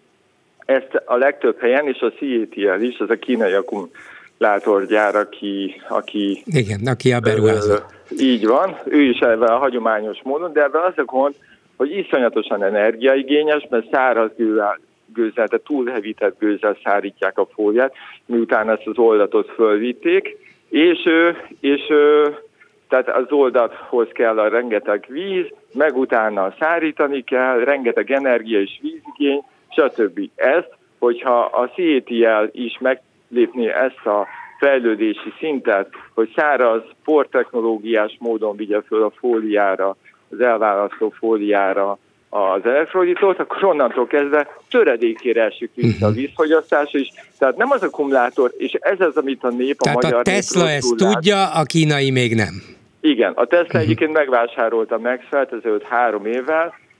F: ezt a legtöbb helyen, és a cé á té el is, az a kínai akkumulátorgyár, aki... aki
C: Igen, aki a beruházó.
F: Így van, ő is ebben a hagyományos módon, de ebben az a gond, hogy iszonyatosan energiaigényes, mert száraz gőzzel, tehát túlhevített gőzzel szárítják a fóliát, miután ezt az oldatot fölvitték, és, és tehát az oldathoz kell a rengeteg víz, meg utána szárítani kell, rengeteg energia és vízigény, stb. Ezt, hogyha a cé á té el is meglépné ezt a fejlődési szintet, hogy száraz, portechnológiás módon vigye föl a fóliára, az elválasztó fóliára az elektrolitot, akkor onnantól kezdve töredékére esik vissza a vízfogyasztás is. Tehát nem az akkumulátor, és ez az, amit a nép, a
C: Tehát
F: magyar
C: a Tesla ezt tudja, a kínai még nem.
F: Igen, a Tesla uh-huh. egyébként megvásárolta Maxwell ezelőtt három évvel,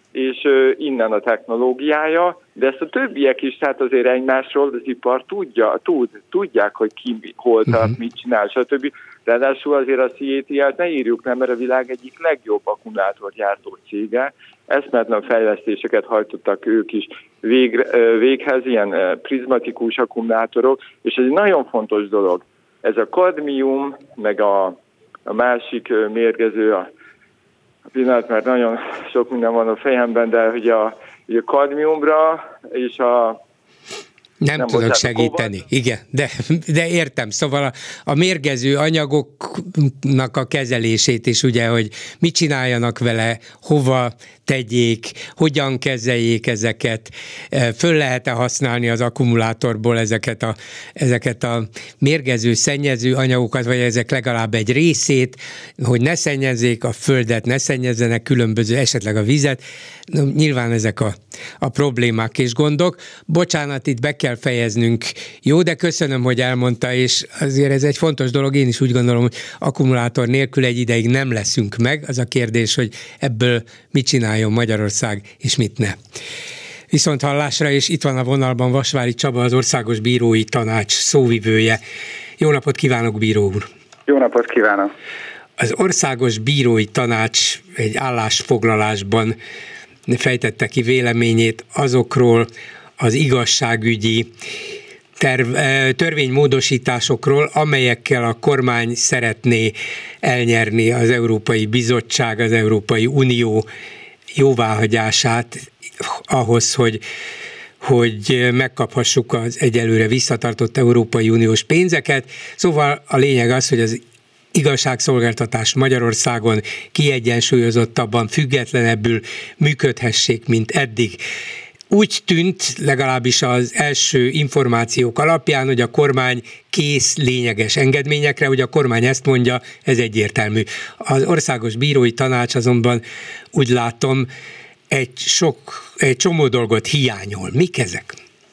F: és innen a technológiája, de ezt a többiek is, tehát azért egymásról az ipar tudja, tud, tudják, hogy ki hol tart, uh-huh. mit csinál, stb. Ráadásul azért a cé á té el-t ne írjuk le, mert a világ egyik legjobb akkumulátorgyártó cége, eszméletlen fejlesztéseket hajtottak ők is vég, véghez, ilyen prizmatikus akkumulátorok, és ez egy nagyon fontos dolog. Ez a kadmium, meg a, a másik mérgező, a, a pillanat, mert nagyon sok minden van a fejemben, de hogy a, a kadmiumra és a
C: Nem, nem tudok segíteni, kóban. Igen, de, de értem, szóval a, a mérgező anyagoknak a kezelését is, ugye, hogy mit csináljanak vele, hova tegyék, hogyan kezeljék ezeket, föl lehet-e használni az akkumulátorból ezeket a, ezeket a mérgező, szennyező anyagokat, vagy ezek legalább egy részét, hogy ne szennyezzék a földet, ne szennyezzenek különböző, esetleg a vizet. Nyilván ezek a, a problémák és gondok. Bocsánat, itt be kell fejeznünk. Jó, de köszönöm, hogy elmondta, és azért ez egy fontos dolog. Én is úgy gondolom, hogy akkumulátor nélkül egy ideig nem leszünk meg. Az a kérdés, hogy ebből mit csináljon Magyarország, és mit ne. Viszont hallásra, és itt van a vonalban Vasvári Csaba, az Országos Bírói Tanács szóvivője. Jó napot kívánok, bíró úr!
G: Jó napot kívánok!
C: Az Országos Bírói Tanács egy állásfoglalásban fejtette ki véleményét azokról az igazságügyi terv, törvénymódosításokról, amelyekkel a kormány szeretné elnyerni az Európai Bizottság, az Európai Unió jóváhagyását ahhoz, hogy, hogy megkaphassuk az egyelőre visszatartott Európai Uniós pénzeket. Szóval a lényeg az, hogy az igazságszolgáltatás Magyarországon kiegyensúlyozottabban, függetlenebbül működhessék, mint eddig. Úgy tűnt, legalábbis az első információk alapján, hogy a kormány kész lényeges engedményekre, hogy a kormány ezt mondja, ez egyértelmű. Az Országos Bírói Tanács azonban úgy látom, egy, sok, egy csomó dolgot hiányol. Mik ezek?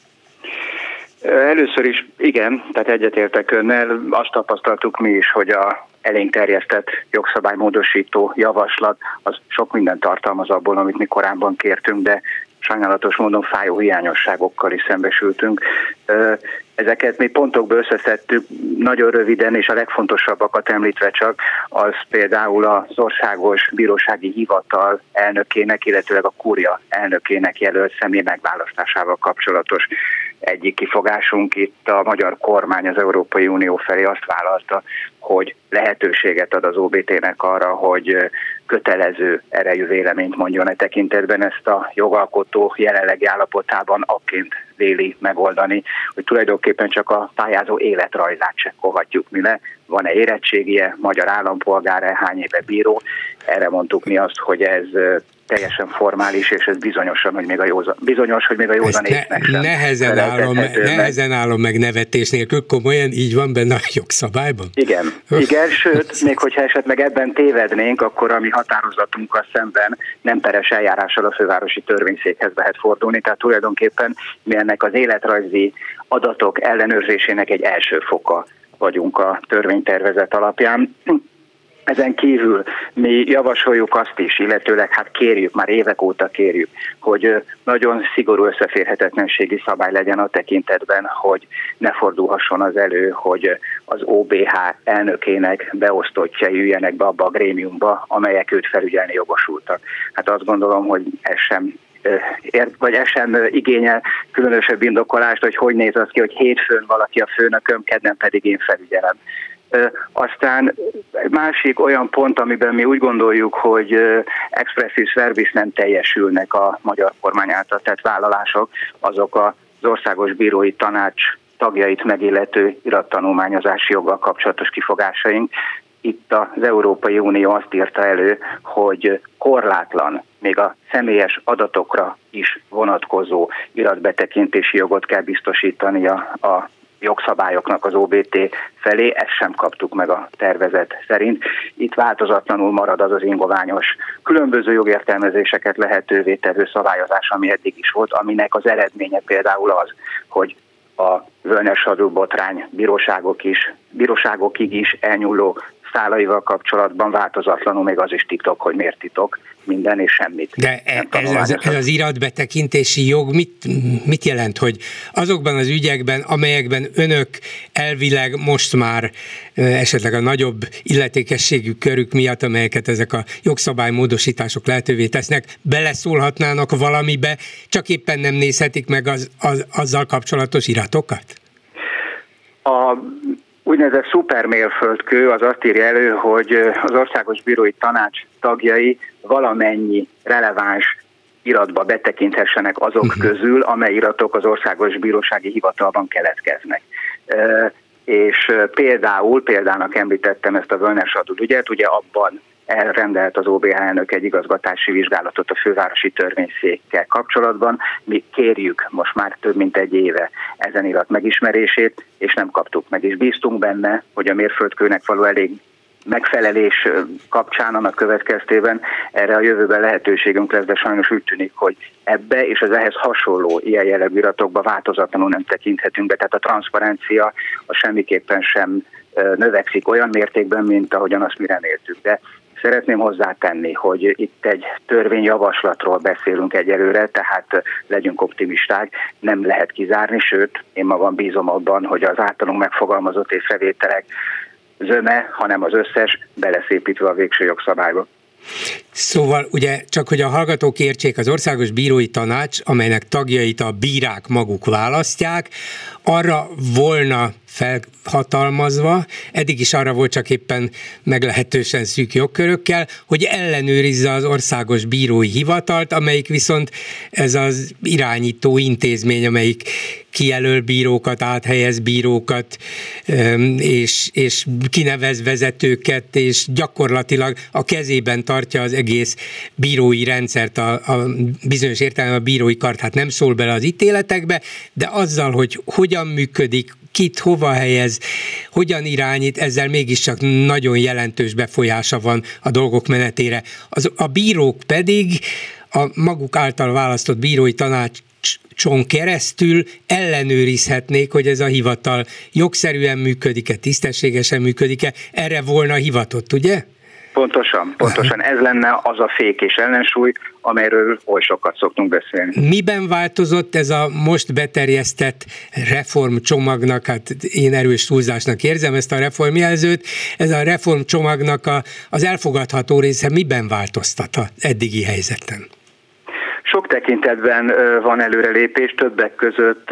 G: Először is igen, tehát egyetértek önnel, azt tapasztaltuk mi is, hogy a elénk terjesztett jogszabálymódosító javaslat az sok mindent tartalmaz abból, amit mi korábban kértünk, de sajnálatos módon fájó hiányosságokkal is szembesültünk. Ezeket mi pontokba összeszedtük, nagyon röviden, és a legfontosabbakat említve csak, az például az Országos Bírósági Hivatal elnökének, illetőleg a Kúria elnökének jelölt személy megválasztásával kapcsolatos egyik kifogásunk. Itt a magyar kormány az Európai Unió felé azt vállalta, hogy lehetőséget ad az o bé té-nek arra, hogy kötelező erejű véleményt mondjon e tekintetben. Ezt a jogalkotó jelenlegi állapotában akként véli megoldani, hogy tulajdonképpen csak a pályázó életrajzát csekkolhatjuk mi le. Van-e érettségie, magyar állampolgára, hány éve bíró? Erre mondtuk mi azt, hogy ez teljesen formális, és ez bizonyosan, hogy még a józan, bizonyos, hogy még a józan észnek sem.
C: Nehezen állom, nehezen állom meg nevetés nélkül, komolyan így van benne a jogszabályban?
G: Igen, igen, sőt, még hogyha esetleg ebben tévednénk, akkor a mi határozatunkkal szemben nem peres eljárással a fővárosi törvényszékhez lehet fordulni, tehát tulajdonképpen mi ennek az életrajzi adatok ellenőrzésének egy első foka vagyunk a törvénytervezet alapján. Ezen kívül mi javasoljuk azt is, illetőleg hát kérjük, már évek óta kérjük, hogy nagyon szigorú összeférhetetlenségi szabály legyen a tekintetben, hogy ne fordulhasson az elő, hogy az o bé há elnökének beosztottjai üljenek be abba a grémiumba, amelyek őt felügyelni jogosultak. Hát azt gondolom, hogy ez sem vagy ez sem igényel különösebb indokolást, hogy hogy néz az ki, hogy hétfőn valaki a főnököm, kedden pedig én felügyelem. Aztán másik olyan pont, amiben mi úgy gondoljuk, hogy expressis verbis nem teljesülnek a magyar kormány által tett vállalások, azok az Országos Bírói Tanács tagjait megillető irattanulmányozási joggal kapcsolatos kifogásaink. Itt az Európai Unió azt írta elő, hogy korlátlan, még a személyes adatokra is vonatkozó iratbetekintési jogot kell biztosítani a, a jogszabályoknak az o bé té felé, ezt sem kaptuk meg a tervezet szerint. Itt változatlanul marad az az ingoványos különböző jogértelmezéseket lehetővé tevő szabályozás, ami eddig is volt, aminek az eredménye például az, hogy a Völner-Schadl botrány bíróságok is, bíróságokig is elnyúló szálaival kapcsolatban változatlanul még az is titok, hogy miért titok, minden és semmit.
C: De ez az, ez az iratbetekintési jog mit, mit jelent, hogy azokban az ügyekben, amelyekben önök elvileg most már esetleg a nagyobb illetékességű körük miatt, amelyeket ezek a jogszabálymódosítások lehetővé tesznek, beleszólhatnának valamibe, csak éppen nem nézhetik meg az, az, azzal kapcsolatos iratokat?
G: A úgynevezett szupermérföldkő az azt írja elő, hogy az Országos Bírói Tanács tagjai valamennyi releváns iratba betekinthessenek azok uh-huh. közül, amely iratok az Országos Bírósági Hivatalban keletkeznek. E, és például, példának említettem ezt a Völner Sadul ügyet, ugye abban elrendelt az o bé há elnök egy igazgatási vizsgálatot a fővárosi törvényszékkel kapcsolatban. Mi kérjük most már több mint egy éve ezen irat megismerését, és nem kaptuk meg, és bíztunk benne, hogy a mérföldkőnek való elég megfelelés kapcsán, annak következtében erre a jövőben lehetőségünk lesz, de sajnos úgy tűnik, hogy ebbe és az ehhez hasonló ilyen jellegű iratokba változatlanul nem tekinthetünk be. Tehát a transzparencia az semmiképpen sem növekszik olyan mértékben, mint ahogyan azt mi reméltük. De szeretném hozzátenni, hogy itt egy törvényjavaslatról beszélünk egyelőre, tehát legyünk optimisták, nem lehet kizárni, sőt, én magam bízom abban, hogy az általunk megfogalmazott észrevételek zöme, hanem az összes beleszépítve a végső jogszabályba.
C: Szóval ugye csak, hogy a hallgatók értsék, az Országos Bírói Tanács, amelynek tagjait a bírák maguk választják, arra volna felhatalmazva, eddig is arra volt, csak éppen meglehetősen szűk jogkörökkel, hogy ellenőrizze az Országos Bírói Hivatalt, amelyik viszont ez az irányító intézmény, amelyik kijelöl bírókat, áthelyez bírókat, és, és kinevez vezetőket, és gyakorlatilag a kezében tartja az egész bírói rendszert, a, a bizonyos értelemben a bírói kart, hát nem szól bele az ítéletekbe, de azzal, hogy hogyan működik, kit hova helyez, hogyan irányít, ezzel mégiscsak nagyon jelentős befolyása van a dolgok menetére. Az, a bírók pedig a maguk által választott bírói tanácson keresztül ellenőrizhetnék, hogy ez a hivatal jogszerűen működik-e, tisztességesen működik-e, erre volna hivatott, ugye?
G: Pontosan, pontosan ez lenne az a fék és ellensúly, amelyről oly sokat szoktunk beszélni.
C: Miben változott ez a most beterjesztett reformcsomagnak, hát én erős túlzásnak érzem ezt a reformjelzőt, ez a reformcsomagnak a, az elfogadható része miben változtat az eddigi helyzeten?
G: Sok tekintetben van előrelépés, többek között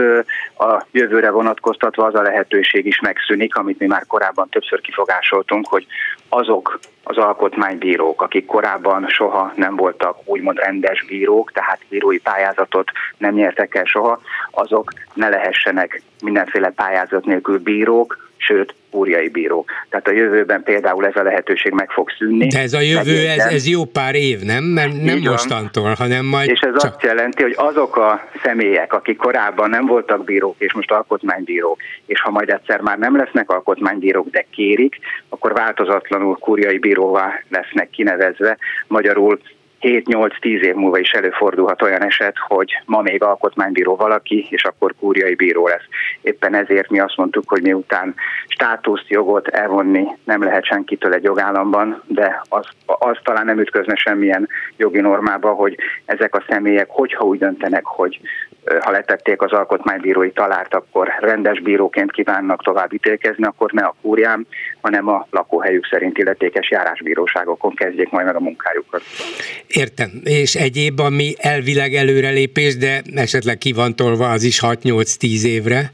G: a jövőre vonatkoztatva az a lehetőség is megszűnik, amit mi már korábban többször kifogásoltunk, hogy azok az alkotmánybírók, akik korábban soha nem voltak úgymond rendes bírók, tehát bírói pályázatot nem nyertek el soha, azok ne lehessenek mindenféle pályázat nélkül bírók, sőt, kúriai bírók. Tehát a jövőben például ez a lehetőség meg fog szűnni.
C: De ez a jövő, ez, ez jó pár év, nem? Mert nem mostantól, hanem majd
G: És ez
C: csak...
G: azt jelenti, hogy azok a személyek, akik korábban nem voltak bírók, és most alkotmánybírók, és ha majd egyszer már nem lesznek alkotmánybírók, de kérik, akkor változatlanul kúriai bíróvá lesznek kinevezve. Magyarul hét-nyolc-tíz év múlva is előfordulhat olyan eset, hogy ma még alkotmánybíró valaki, és akkor kúriai bíró lesz. Éppen ezért mi azt mondtuk, hogy miután státuszt, jogot elvonni nem lehet senkitől egy jogállamban, de az, az talán nem ütközne semmilyen jogi normába, hogy ezek a személyek, hogyha úgy döntenek, hogy ha letették az alkotmánybírói talárt, akkor rendes bíróként kívánnak tovább ítélkezni, akkor ne a kúriám, hanem a lakóhelyük szerint illetékes járásbíróságokon kezdjék majd meg a munkájukat.
C: Értem. És egyéb, ami elvileg előrelépés, de esetleg ki van tolva, az is hat-nyolc-tíz évre?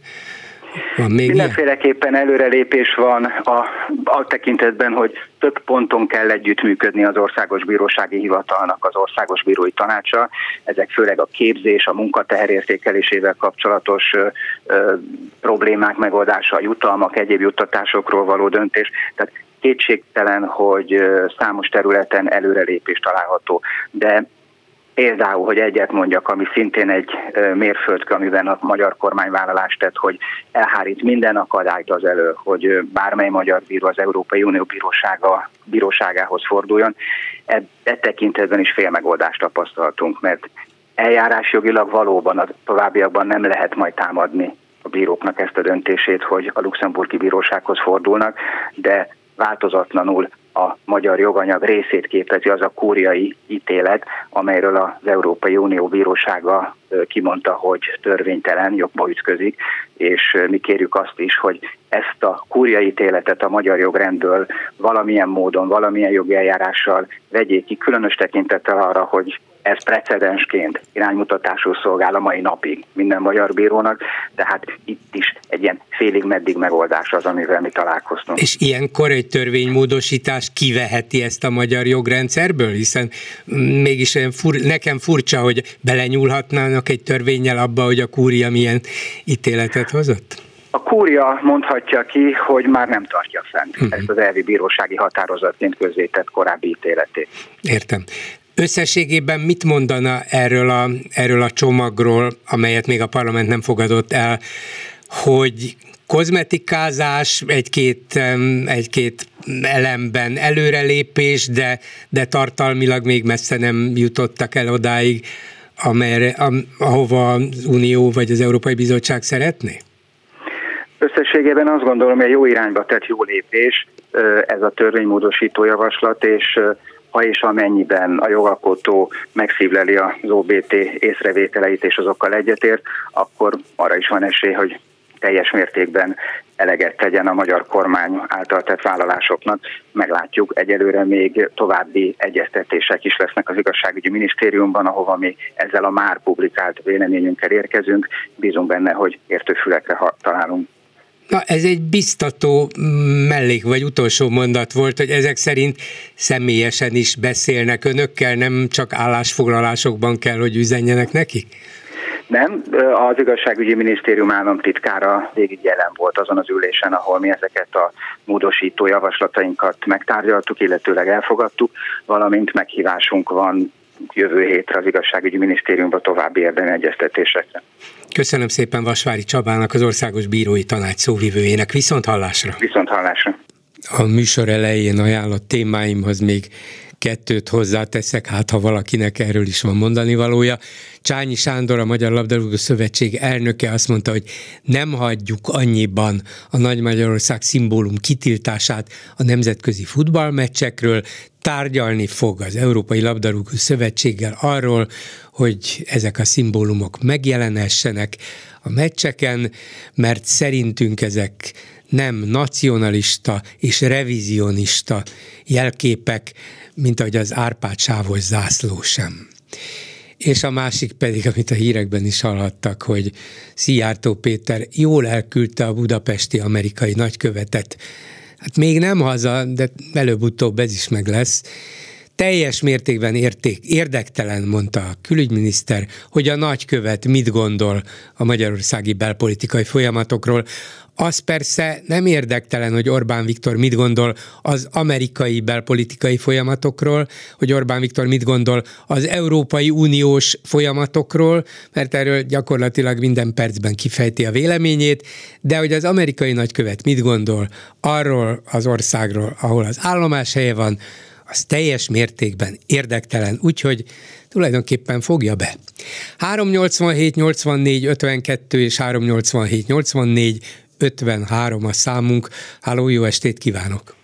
C: Van még
G: Mindenféleképpen ilyen? Előrelépés van a, a tekintetben, hogy több ponton kell együttműködni az Országos Bírósági Hivatalnak az Országos Bírói Tanácsa. Ezek főleg a képzés, a munkateher értékelésével kapcsolatos ö, ö, problémák megoldása, a jutalmak, egyéb juttatásokról való döntés. Tehát kétségtelen, hogy ö, számos területen előrelépés található. De például, hogy egyet mondjak, ami szintén egy mérföldkő, amiben a magyar kormány vállalást tett, hogy elhárít minden akadályt az elő, hogy bármely magyar bíró az Európai Unió bírósága, bíróságához forduljon. E, e tekintetben is félmegoldást tapasztaltunk, mert eljárásjogilag valóban a továbbiakban nem lehet majd támadni a bíróknak ezt a döntését, hogy a luxemburgi bírósághoz fordulnak, de változatlanul a magyar joganyag részét képezi az a kúriai ítélet, amelyről az Európai Unió bírósága kimondta, hogy törvénytelen, jogba ütközik, és mi kérjük azt is, hogy ezt a kúriai ítéletet a magyar jogrendből valamilyen módon, valamilyen jogi eljárással vegyék ki, különös tekintettel arra, hogy ez precedensként iránymutatásul szolgál a mai napig minden magyar bírónak, tehát itt is egy ilyen félig meddig megoldás az, amivel mi találkoztunk.
C: És ilyenkor egy törvénymódosítás kiveheti ezt a magyar jogrendszerből? Hiszen mégis olyan fur, nekem furcsa, hogy belenyúlhatnának egy törvénnyel abba, hogy a kúria milyen ítéletet hozott?
G: A kúria mondhatja ki, hogy már nem tartja fent uh-huh. ezt az elvi bírósági határozatként közzétett korábbi ítéletét.
C: Értem. Összességében mit mondana erről a, erről a csomagról, amelyet még a parlament nem fogadott el, hogy kozmetikázás, egy-két, egy-két elemben előrelépés, de, de tartalmilag még messze nem jutottak el odáig, amelyre, ahova az Unió vagy az Európai Bizottság szeretné?
G: Összességében azt gondolom, hogy jó irányba tett jó lépés ez a törvénymódosító javaslat, és ha és amennyiben a jogalkotó megszívleli az o bé té észrevételeit és azokkal egyetért, akkor arra is van esély, hogy teljes mértékben eleget tegyen a magyar kormány által tett vállalásoknak. Meglátjuk, egyelőre még további egyeztetések is lesznek az igazságügyi minisztériumban, ahova mi ezzel a már publikált véleményünkkel érkezünk. Bízunk benne, hogy értő fülekre találunk.
C: Na, ez egy biztató mellék, vagy utolsó mondat volt, hogy ezek szerint személyesen is beszélnek önökkel, nem csak állásfoglalásokban kell, hogy üzenjenek nekik?
G: Nem, az igazságügyi minisztérium államtitkára végig jelen volt azon az ülésen, ahol mi ezeket a módosító javaslatainkat megtárgyaltuk, illetőleg elfogadtuk, valamint meghívásunk van jövő hétre az igazságügyi minisztériumba további érdemi egyeztetésekre.
C: Köszönöm szépen Vasvári Csabának, az Országos Bírói Tanács szóvivőjének. Viszont hallásra!
G: Viszont hallásra!
C: A műsor elején ajánlott témáimhoz még kettőt hozzáteszek, hát ha valakinek erről is van mondani valója. Csányi Sándor, a Magyar Labdarúgó Szövetség elnöke azt mondta, hogy nem hagyjuk annyiban a Nagy Magyarország szimbólum kitiltását a nemzetközi futballmeccsekről, tárgyalni fog az Európai Labdarúgó Szövetséggel arról, hogy ezek a szimbólumok megjelenhessenek a meccseken, mert szerintünk ezek nem nacionalista és revizionista jelképek, mint ahogy az Árpád-sávos zászló sem. És a másik pedig, amit a hírekben is hallhattak, hogy Szijjártó Péter jól elküldte a budapesti amerikai nagykövetet. Hát még nem haza, de előbb-utóbb ez is meg lesz. Teljes mértékben érték, érdektelen, mondta a külügyminiszter, hogy a nagykövet mit gondol a magyarországi belpolitikai folyamatokról. Az persze nem érdektelen, hogy Orbán Viktor mit gondol az amerikai belpolitikai folyamatokról, hogy Orbán Viktor mit gondol az Európai Uniós folyamatokról, mert erről gyakorlatilag minden percben kifejti a véleményét, de hogy az amerikai nagykövet mit gondol arról az országról, ahol az állomáshelye van, az teljes mértékben érdektelen, úgyhogy tulajdonképpen fogja be. három nyolcvanhét nyolcvannégy ötvenkettő és három nyolcvanhét nyolcvannégy ötvenhárom a számunk. Háló, jó estét kívánok!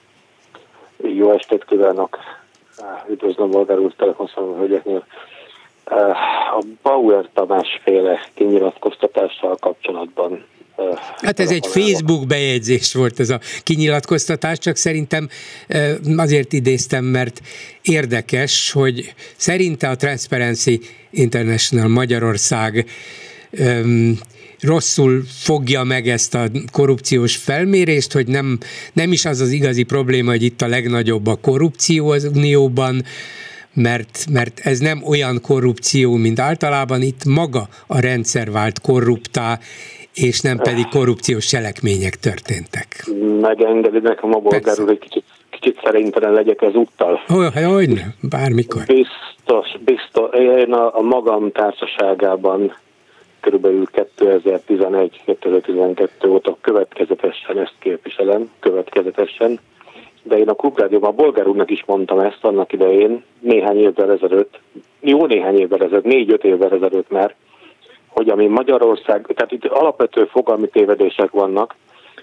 H: Jó estét kívánok! Üdvözlöm Bolgár úr, telefonszámú hölgyeknél. A Bauer Tamás féle kinyilatkoztatással kapcsolatban.
C: Hát ez egy Facebook bejegyzés volt ez a kinyilatkoztatás, csak szerintem azért idéztem, mert érdekes, hogy szerinte a Transparency International Magyarország öm, rosszul fogja meg ezt a korrupciós felmérést, hogy nem, nem is az az igazi probléma, hogy itt a legnagyobb a korrupció az Unióban, mert, mert ez nem olyan korrupció, mint általában, itt maga a rendszer vált korruptá, és nem pedig korrupciós cselekmények történtek.
H: Megengedi nekem a Bolgár úr, hogy kicsit, kicsit szerintelen legyek ezúttal.
C: Hogy, hogy ne, bármikor.
H: Biztos, biztos. Én a, a magam társaságában körülbelül kétezer-tizenegy kétezer-tizenkettő óta következetesen ezt képviselem, következetesen, de én a Klubrádióban a Bolgár úrnak is mondtam ezt annak idején, néhány évvel ezelőtt, jó néhány évvel ezelőtt, négy-öt évvel ezelőtt már, hogy ami Magyarország, tehát itt alapvető fogalmi tévedések vannak,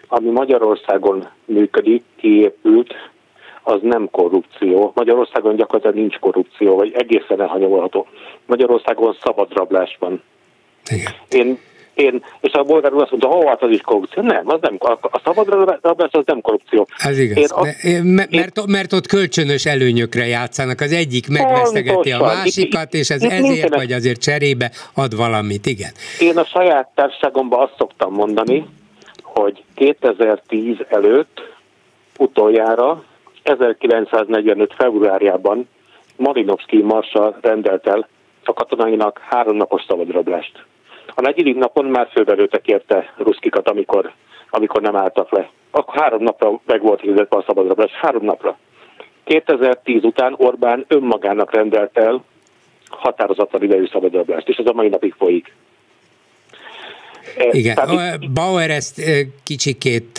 H: ami Magyarországon működik, kiépült, az nem korrupció. Magyarországon gyakorlatilag nincs korrupció, vagy egészen elhanyagolható. Magyarországon szabadrablás van.
C: Igen.
H: Én, én, és a bolgár úr azt mondta, hogy hát az is korrupció. Nem, az nem, a szabadrablás az nem korrupció.
C: Ez igaz. Én a, én, mert, én, mert ott kölcsönös előnyökre játszanak. Az egyik megvesztegeti a másikat, és ez itt, itt ezért vagy azért cserébe ad valamit. Igen.
H: Én a saját társaságomban azt szoktam mondani, hogy kétezer-tíz előtt utoljára ezerkilencszáznegyvenöt februárjában Malinowski marssal rendelt el a katonáinak háromnapos szabadrablást. A negyedik napon már fölbelőttek érte ruszkikat, amikor, amikor nem álltak le. Akkor három napra meg volt hirdetve a szabadrablás. Három napra. kétezer-tíz után Orbán önmagának rendelt el határozatlan idejű szabadrablást, és ez a mai napig folyik.
C: Igen, Tehát, Bauer ezt kicsikét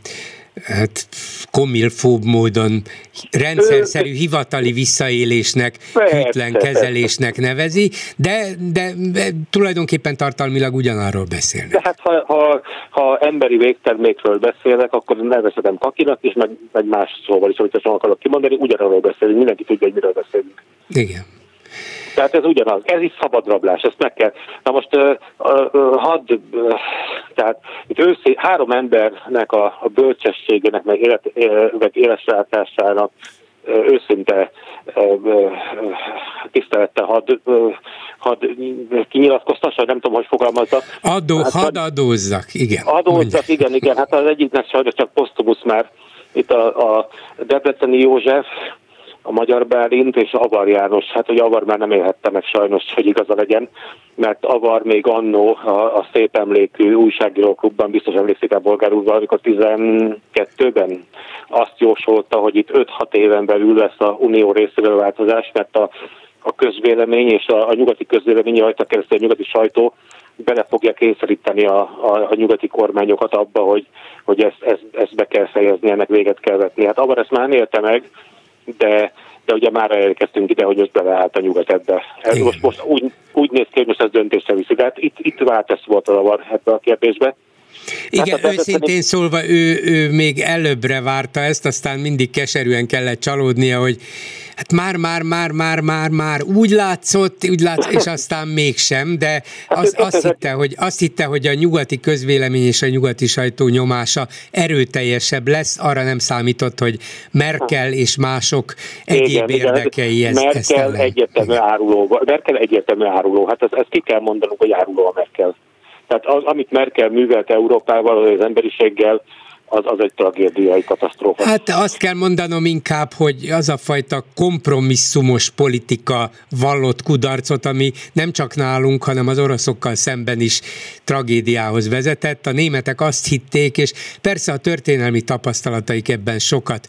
C: hát komilfób módon rendszerszerű hivatali visszaélésnek, hűtlen kezelésnek nevezi, de, de, de tulajdonképpen tartalmilag ugyanarról beszélnek.
H: De hát ha, ha, ha emberi végtermékről beszélek, akkor nevezhetem kakinak is, meg, meg más szóval is, amit sem akarok kimondani, ugyanarról beszélünk, mindenki tudja, hogy miről beszélünk.
C: Igen.
H: Tehát ez ugyanaz, ez is szabadrablás, ezt meg kell. Na most uh, uh, hadd, uh, tehát itt őszé, három embernek a, a bölcsességének, meg, élet, uh, meg életrátásának uh, őszinte uh, uh, tisztelettel hadd, uh, hadd kinyilatkoztassa, nem tudom, hogy fogalmazza.
C: Adó, hát, hadd adózzak, igen.
H: Adózzak, igen, igen, hát az egyiknek sajnos csak posztumusz már itt a, a Debreceni József, a Magyar Bálint és Avar János. Hát, hogy Avar már nem élhette meg sajnos, hogy igaza legyen, mert Avar még annó a, a szép emlékű újságíróklubban, biztos emlékszik el bolgár úrval, amikor tizenkettőben azt jósolta, hogy itt öt-hat éven belül lesz a Unió részéről változás, mert a, a közvélemény és a, a nyugati közvélemény, rajta keresztül a nyugati sajtó bele fogja kényszeríteni a, a, a nyugati kormányokat abba, hogy, hogy ezt, ezt, ezt be kell fejezni, ennek véget kell vetni. Hát Avar ezt már nem élte meg, de, de ugye már elérkeztünk ide, hogy most beleállt a nyugat ebbe. Ez most, most úgy, úgy néz ki, hogy most ez döntésre viszi. De hát itt, itt váltás volt a Avar ebbe a kérdésbe.
C: Igen, hát őszintén szólva ő, ő még előbbre várta ezt, aztán mindig keserűen kellett csalódnia, hogy hát már, már, már, már, már, már úgy látszott, úgy látszott, és aztán mégsem, de az, azt, hitte, hogy, azt hitte, hogy a nyugati közvélemény és a nyugati sajtó nyomása erőteljesebb lesz, arra nem számított, hogy Merkel és mások egyéb igen, érdekei ezt,
H: Merkel
C: ezt ellen.
H: Egyértelmű áruló, Merkel egyértelmű áruló, hát ezt, ezt ki kell mondanunk, hogy áruló a Merkel. Tehát az, amit Merkel művelt Európával, az emberiséggel, az, az egy tragédiai katasztrófa.
C: Hát azt kell mondanom inkább, hogy az a fajta kompromisszumos politika vallott kudarcot, ami nem csak nálunk, hanem az oroszokkal szemben is tragédiához vezetett. A németek azt hitték, és persze a történelmi tapasztalataik ebben sokat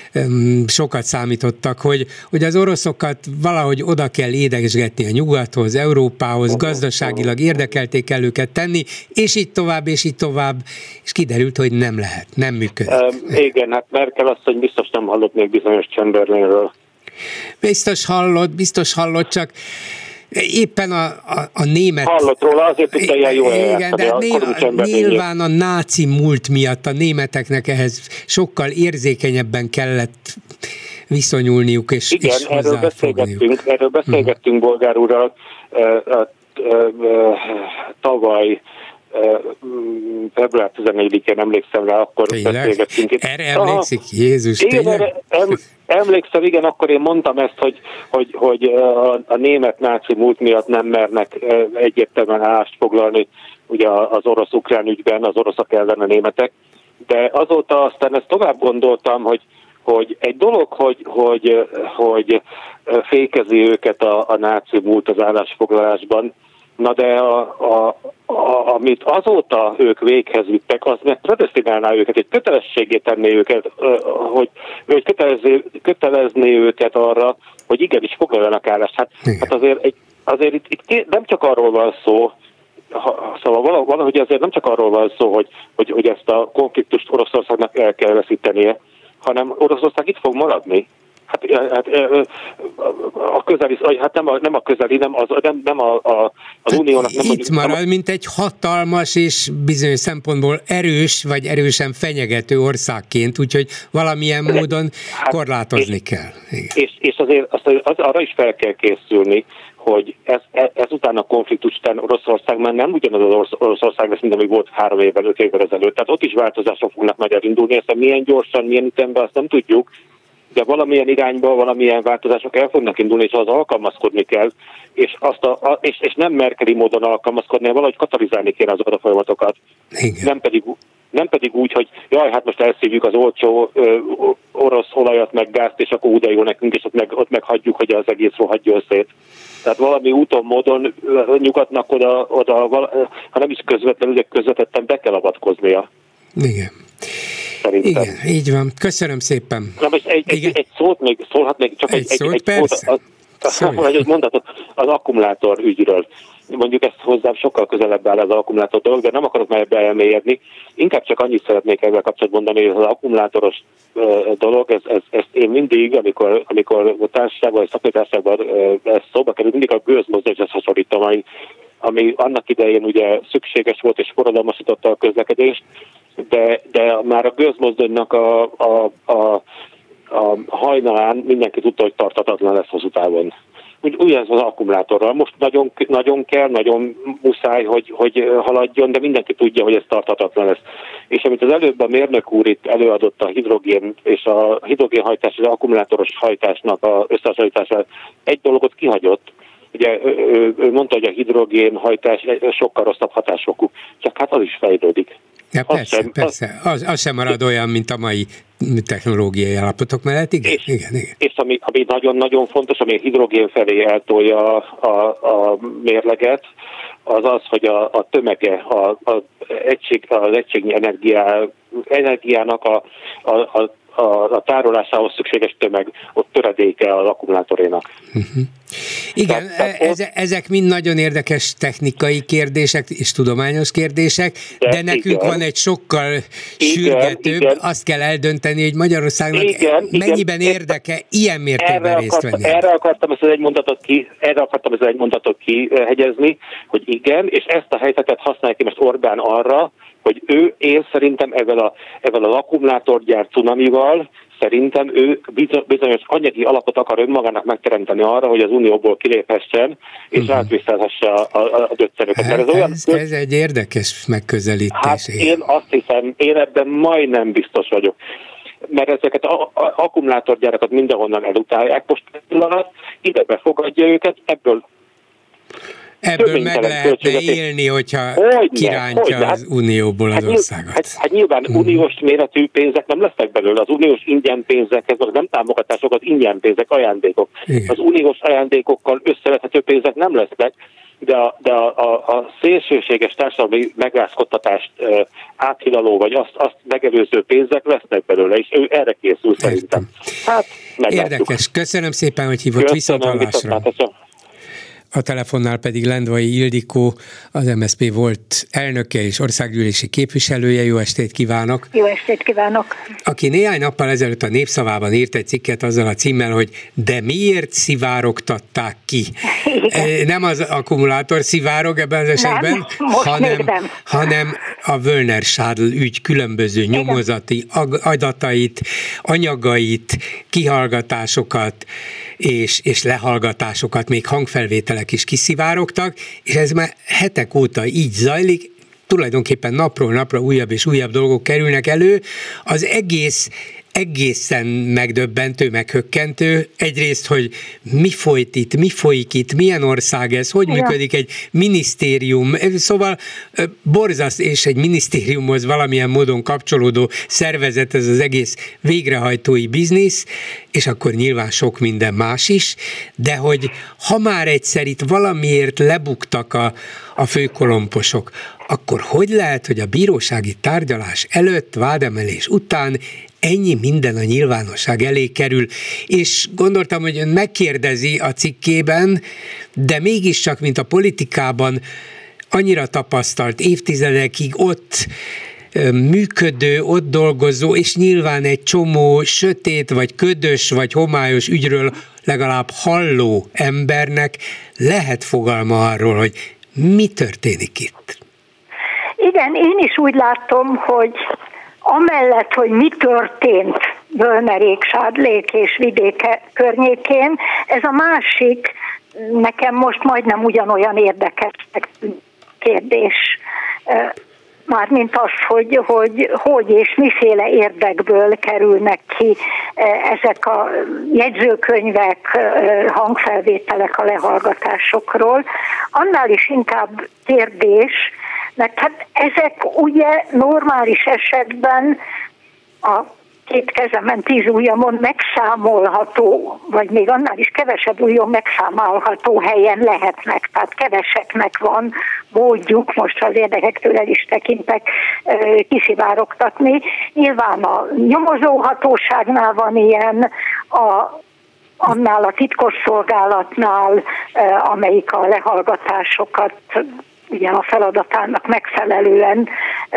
C: sokat számítottak, hogy, hogy az oroszokat valahogy oda kell édesgetni a nyugathoz, Európához, gazdaságilag érdekelték el őket tenni, és így tovább, és így tovább, és kiderült, hogy nem lehet, nem működik.
H: Um, igen, hát Merkel azt, hogy biztos nem hallott még bizonyos Chamberlainről.
C: Biztos hallott, biztos hallott, csak éppen a, a, a német...
H: Hallott róla, azért tudta ilyen jól
C: igen, de a néha, nyilván a náci múlt miatt a németeknek ehhez sokkal érzékenyebben kellett viszonyulniuk, és,
H: igen,
C: és
H: erről beszélgettünk, erről beszélgettünk hmm. bolgár úrral tavaly február tizennegyedikén emlékszem rá, akkor
C: tényleg?
H: Beszélgettünk.
C: Erre emlékszik? Aha. Jézus,
H: igen,
C: tényleg?
H: Erre, em, emlékszem, igen, akkor én mondtam ezt, hogy, hogy, hogy a, a német náci múlt miatt nem mernek egyértelműen állást foglalni ugye az orosz-ukrán ügyben, az oroszok ellen a németek, de azóta aztán ezt tovább gondoltam, hogy hogy egy dolog, hogy, hogy, hogy fékezi őket a, a náci múlt az állásfoglalásban, na de a, a, a, amit azóta ők véghez vittek, az meg predesztinálná őket, egy kötelességé tenné őket, hogy, hogy kötelezné, kötelezné őket arra, hogy igenis foglaljanak állást. Hát, hát azért, egy, azért itt, itt nem csak arról van szó, szóval valahogy azért nem csak arról van szó, hogy, hogy, hogy ezt a konfliktust Oroszországnak el kell veszítenie, hanem Oroszország itt fog maradni. Hát, hát a közeli, hát nem a, nem a közeli, nem, az, nem, nem a, a, az hát uniónak. Nem
C: itt marad, nem a... mint egy hatalmas és bizonyos szempontból erős, vagy erősen fenyegető országként, úgyhogy valamilyen De, módon hát, korlátozni és, kell. Igen. És, és azért azt, az, arra is fel kell készülni, hogy ez, ez, ezután a konfliktus után Oroszország már nem ugyanaz az Orosz, Oroszország lesz, mint ami volt három évvel, öt évvel ezelőtt. Tehát ott is változások fognak majd elindulni, ezt milyen gyorsan, milyen ütemben, azt nem tudjuk, de valamilyen irányba, valamilyen változások el fognak indulni, és az alkalmazkodni kell, és, azt a, a, és, és nem merkeli módon alkalmazkodni, valahogy katalizálni kéne azokat a folyamatokat. Nem pedig, nem pedig úgy, hogy jaj, hát most elszívjuk az olcsó ö, orosz olajat, meg gázt, és akkor úgy jó nekünk, és ott meg, ott meg hagyjuk, hogy az egész rohadjon szét. Tehát valami úton, módon nyugatnak oda, oda, ha nem is közvetlenül, de közvetetten be kell avatkoznia. Igen. Szerintem. Igen, így van. Köszönöm szépen. Na most egy, egy, egy szót még, szólhat még, csak egy, egy, szót, egy, egy szót, az, az, egy mondatot az akkumulátor ügyről. Mondjuk ezt hozzám sokkal közelebb áll az akkumulátor dolog, de nem akarok már ebbe elmélyedni. Inkább csak annyit szeretnék ezzel kapcsolatban mondani, hogy az akkumulátoros uh, dolog, ez, ez, ezt én mindig, amikor, amikor a társaságban, vagy szakmai társaságban uh, ez szóba kerül, mindig a gőzmozduláshoz hasonlítom, ami, ami annak idején ugye szükséges volt és forradalmasította a közlekedést, de, de már a gőzmozdonynak a, a, a, a hajnalán mindenki tudta, hogy tartatatlan lesz hosszú távon. Úgy, úgy ez az akkumulátorral. Most nagyon, nagyon kell, nagyon muszáj, hogy, hogy haladjon, de mindenki tudja, hogy ez tartatatlan lesz. És amit az előbb a mérnök úr itt előadott a hidrogén és a hidrogénhajtás és az akkumulátoros hajtásnak az összehasonlításával, egy dolgot kihagyott. Ugye ő, ő mondta, hogy a hidrogénhajtás sokkal rosszabb hatásfokú, csak hát az is fejlődik. Ja, persze, sem, persze. Az, az sem marad olyan, mint a mai technológiai állapotok mellett, igen?
H: És,
C: igen, igen.
H: és ami, ami nagyon-nagyon fontos, ami a hidrogén felé eltolja a, a, a mérleget, az az, hogy a, a tömege, a, a egység, az egységnyi energiá, energiának a, a, a A, a tárolásához szükséges tömeg, ott töredéke az akkumulátorénak. Uh-huh.
C: Igen, tehát, tehát eze, ezek mind nagyon érdekes technikai kérdések és tudományos kérdések, de, de nekünk igen. van egy sokkal igen, sürgetőbb, igen. azt kell eldönteni, hogy Magyarországnak igen, mennyiben igen. érdeke ilyen mértékben erre részt venni.
H: Erre akartam ezt az egy mondatot ki, erre akartam ezt az egy mondatot kihegyezni, hogy igen, és ezt a helyzetet használja ki most Orbán arra, hogy ő, én szerintem ezzel, a, ezzel az akkumulátorgyár cunamival, szerintem ő bizonyos anyagi alapot akar önmagának megteremteni arra, hogy az Unióból kiléphessen, és uh-huh. átvisszelhesse a, a, a döccenőket.
C: Hát ez, olyan, ez, ez egy érdekes megközelítés.
H: Hát én azt hiszem, én ebben majdnem biztos vagyok. Mert ezeket az akkumulátorgyárakat mindenhonnan elutálják, most pillanat, ide befogadja őket, ebből
C: Ebből meg lehetne élni, hogyha hogyne, kirántja hogyne. az Unióból az hát, országot.
H: Hát, hát nyilván hmm. uniós méretű pénzek nem lesznek belőle. Az uniós ingyen pénzek, ezek nem támogatások, az ingyen pénzek, ajándékok. Igen. Az uniós ajándékokkal összevethető pénzek nem lesznek, de a, de a, a, a szélsőséges társadalmi megrázkodtatást uh, áthidaló, vagy azt, azt megelőző pénzek lesznek belőle, és ő erre készül szerintem. Hát,
C: érdekes. Köszönöm szépen, hogy hívott. Viszonthallásra. A telefonnál pedig Lendvai Ildikó, az em es zé pé volt elnöke és országgyűlési képviselője. Jó estét kívánok!
I: Jó estét kívánok!
C: Aki néhány nappal ezelőtt a Népszavában írt egy cikket azzal a címmel, hogy de miért szivárogtatták ki? Igen. Nem az akkumulátor szivárog ebben az esetben,
I: nem,
C: hanem, hanem a Wölner-Schadl ügy különböző igen. nyomozati adatait, anyagait, kihallgatásokat és, és lehallgatásokat, még hangfelvételek is kiszivárogtak, és ez már hetek óta így zajlik, tulajdonképpen napról napra újabb és újabb dolgok kerülnek elő, az egész egészen megdöbbentő, meghökkentő. Egyrészt, hogy mi folyt itt, mi folyik itt, milyen ország ez, hogy ja. működik egy minisztérium, szóval borzaszt, és egy minisztériumhoz valamilyen módon kapcsolódó szervezet ez az egész végrehajtói biznisz, és akkor nyilván sok minden más is, de hogy ha már egyszer itt valamiért lebuktak a, a főkolomposok, akkor hogy lehet, hogy a bírósági tárgyalás előtt, vádemelés után ennyi minden a nyilvánosság elé kerül, és gondoltam, hogy ön megkérdezi a cikkében, de mégiscsak, mint a politikában annyira tapasztalt, évtizedekig ott működő, ott dolgozó, és nyilván egy csomó sötét, vagy ködös, vagy homályos ügyről legalább halló embernek lehet fogalma arról, hogy mi történik itt.
I: Igen, én is úgy látom, hogy amellett, hogy mi történt Völnerék, Sádlék és Vidéke környékén, ez a másik nekem most majdnem ugyanolyan érdekes kérdés. Mármint az, hogy, hogy hogy és miféle érdekből kerülnek ki ezek a jegyzőkönyvek, hangfelvételek a lehallgatásokról. Annál is inkább kérdés, mert hát ezek ugye normális esetben a két kezemen, tíz ujjamon megszámolható, vagy még annál is kevesebb ujjon megszámolható helyen lehetnek. Tehát keveseknek van módjuk, most az érdekektől el is tekintek, kiszivárogtatni. Nyilván a nyomozóhatóságnál van ilyen, a annál a titkosszolgálatnál, amelyik a lehallgatásokat ugye a feladatának megfelelően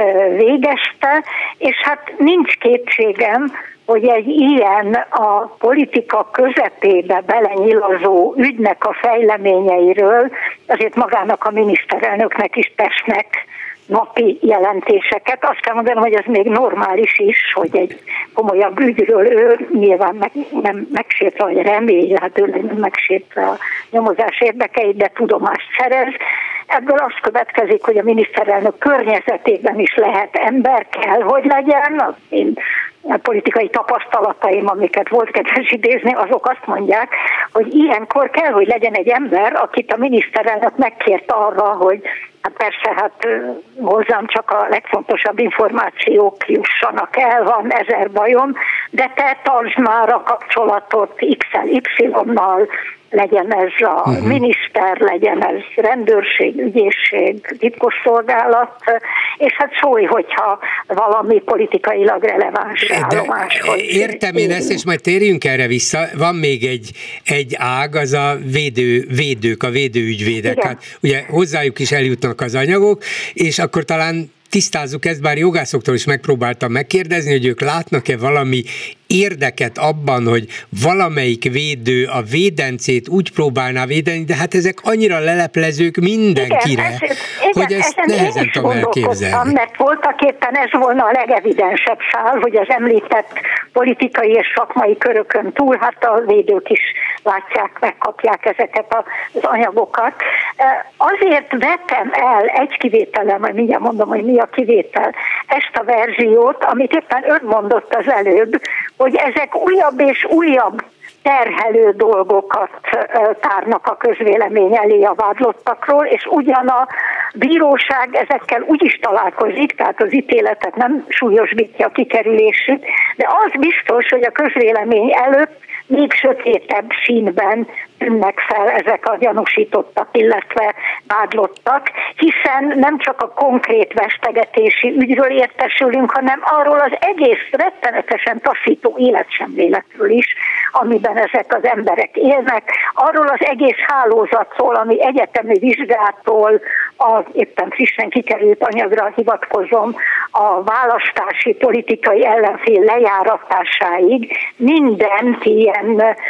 I: végezte, és hát nincs kétségem, hogy egy ilyen a politika közepébe belenyilazó ügynek a fejleményeiről azért magának a miniszterelnöknek is tesznek napi jelentéseket. Azt kell mondanom, hogy ez még normális is, hogy egy komolyabb ügyről ő nyilván meg, nem megsértve, vagy remély, hát ő nem megsértve a nyomozás érdekeit, de tudomást szerez. Ebből az következik, hogy a miniszterelnök környezetében is lehet ember, kell, hogy legyen. Én a politikai tapasztalataim, amiket volt kedves idézni, azok azt mondják, hogy ilyenkor kell, hogy legyen egy ember, akit a miniszterelnök megkért arra, hogy hát persze, hát hozzám csak a legfontosabb információk jussanak el, van ezer bajom, de te tartsd már a kapcsolatot X-el, Y-nal, legyen ez a uh-huh. miniszter, legyen ez rendőrség, ügyészség, titkosszolgálat, és hát szólj, hogyha valami politikailag releváns állomáshoz.
C: Értem én ezt, és majd térjünk erre vissza. Van még egy, egy ág, az a védő, védők, a védőügyvédek. Igen. Hát ugye hozzájuk is eljutnak az anyagok, és akkor talán tisztázzuk ezt, bár jogászoktól is megpróbáltam megkérdezni, hogy ők látnak-e valami érdeket abban, hogy valamelyik védő a védencét úgy próbálná védeni, de hát ezek annyira leleplezők mindenkire, igen, ez, hogy
I: igen,
C: ezt nehezen tudom elképzelni.
I: Mert voltak éppen ez volna a legevidensebb szál, hogy az említett politikai és szakmai körökön túl, hát a védők is látják, megkapják ezeket az anyagokat. Azért vettem el egy kivétellel, majd mindjárt mondom, hogy mi a kivétel, ezt a verziót, amit éppen ön mondott az előbb, hogy ezek újabb és újabb terhelő dolgokat tárnak a közvélemény elé a vádlottakról, és ugyan a bíróság ezekkel úgy is találkozik, tehát az ítéletet nem súlyosbítja a kikerülésük, de az biztos, hogy a közvélemény előtt még sötétebb színben tűnnek fel ezek a gyanúsítottak, illetve vádlottak, hiszen nem csak a konkrét vesztegetési ügyről értesülünk, hanem arról az egész rettenetesen taszító életsemléletről is, amiben ezek az emberek élnek, arról az egész hálózatról, ami egyetemi vizsgától, a éppen frissen kikerült anyagra hivatkozom, a választási politikai ellenfél lejáratásáig mindent ilyen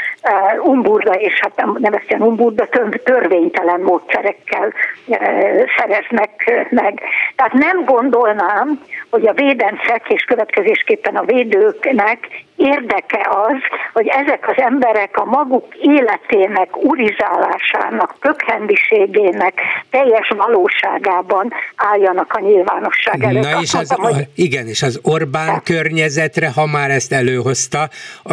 I: uh, umburda, és hát nem, nem ezt ilyen umburda, törvénytelen módszerekkel uh, szereznek meg. Tehát nem gondolnám, hogy a védencek és következésképpen a védőknek érdeke az, hogy ezek az emberek a maguk életének, urizálásának, tökrendiségének teljes valóságában álljanak a nyilvánosság előtt.
C: Na és az, mondtam, hogy... Igen, és az Orbán ja. környezetre, ha már ezt előhozta,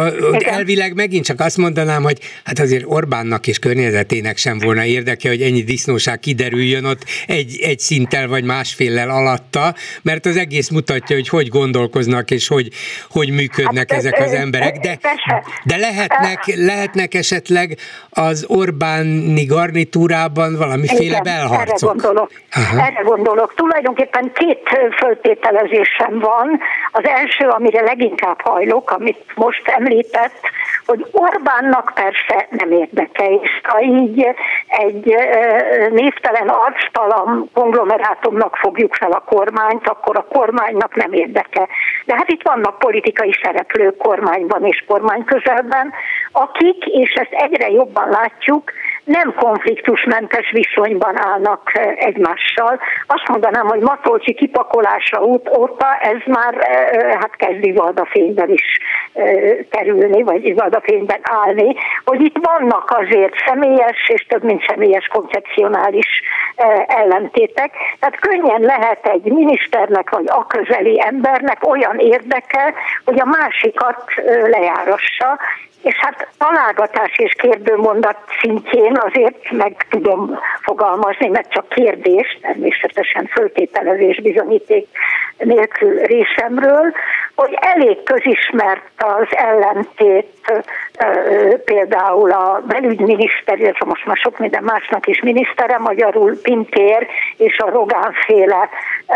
C: elvileg megint csak azt mondanám, hogy hát azért Orbánnak és környezetének sem volna érdeke, hogy ennyi disznóság kiderüljön ott egy, egy szinttel vagy másféllel alatta, mert az egész mutatja, hogy hogy gondolkoznak és hogy, hogy működnek hát, ezek az emberek, de, de lehetnek, lehetnek esetleg az Orbáni garnitúrában valamiféle igen, belharcok.
I: Erre gondolok. erre gondolok. Tulajdonképpen két föltételezésem van. Az első, amire leginkább hajlok, amit most említett, hogy Orbánnak persze nem érdeke, és ha így egy névtelen, arctalan konglomerátumnak fogjuk fel a kormányt, akkor a kormánynak nem érdeke. De hát itt vannak politikai szereplők kormányban és kormányközelben, akik, és ezt egyre jobban látjuk, nem konfliktusmentes viszonyban állnak egymással. Azt mondanám, hogy Matolcsi kipakolása óta ez már hát kezd ivaldafényben is kerülni, vagy ivaldafényben állni, hogy itt vannak azért személyes és több mint személyes koncepcionális ellentétek. Tehát könnyen lehet egy miniszternek vagy a közeli embernek olyan érdeke, hogy a másikat lejárassa, és hát találgatás és kérdőmondat szintjén azért meg tudom fogalmazni, mert csak kérdés, természetesen föltételezés bizonyíték nélkül részemről, hogy elég közismert az ellentét például a belügyminiszter, illetve most már sok minden másnak is minisztere, magyarul Pintér és a Rogán-féle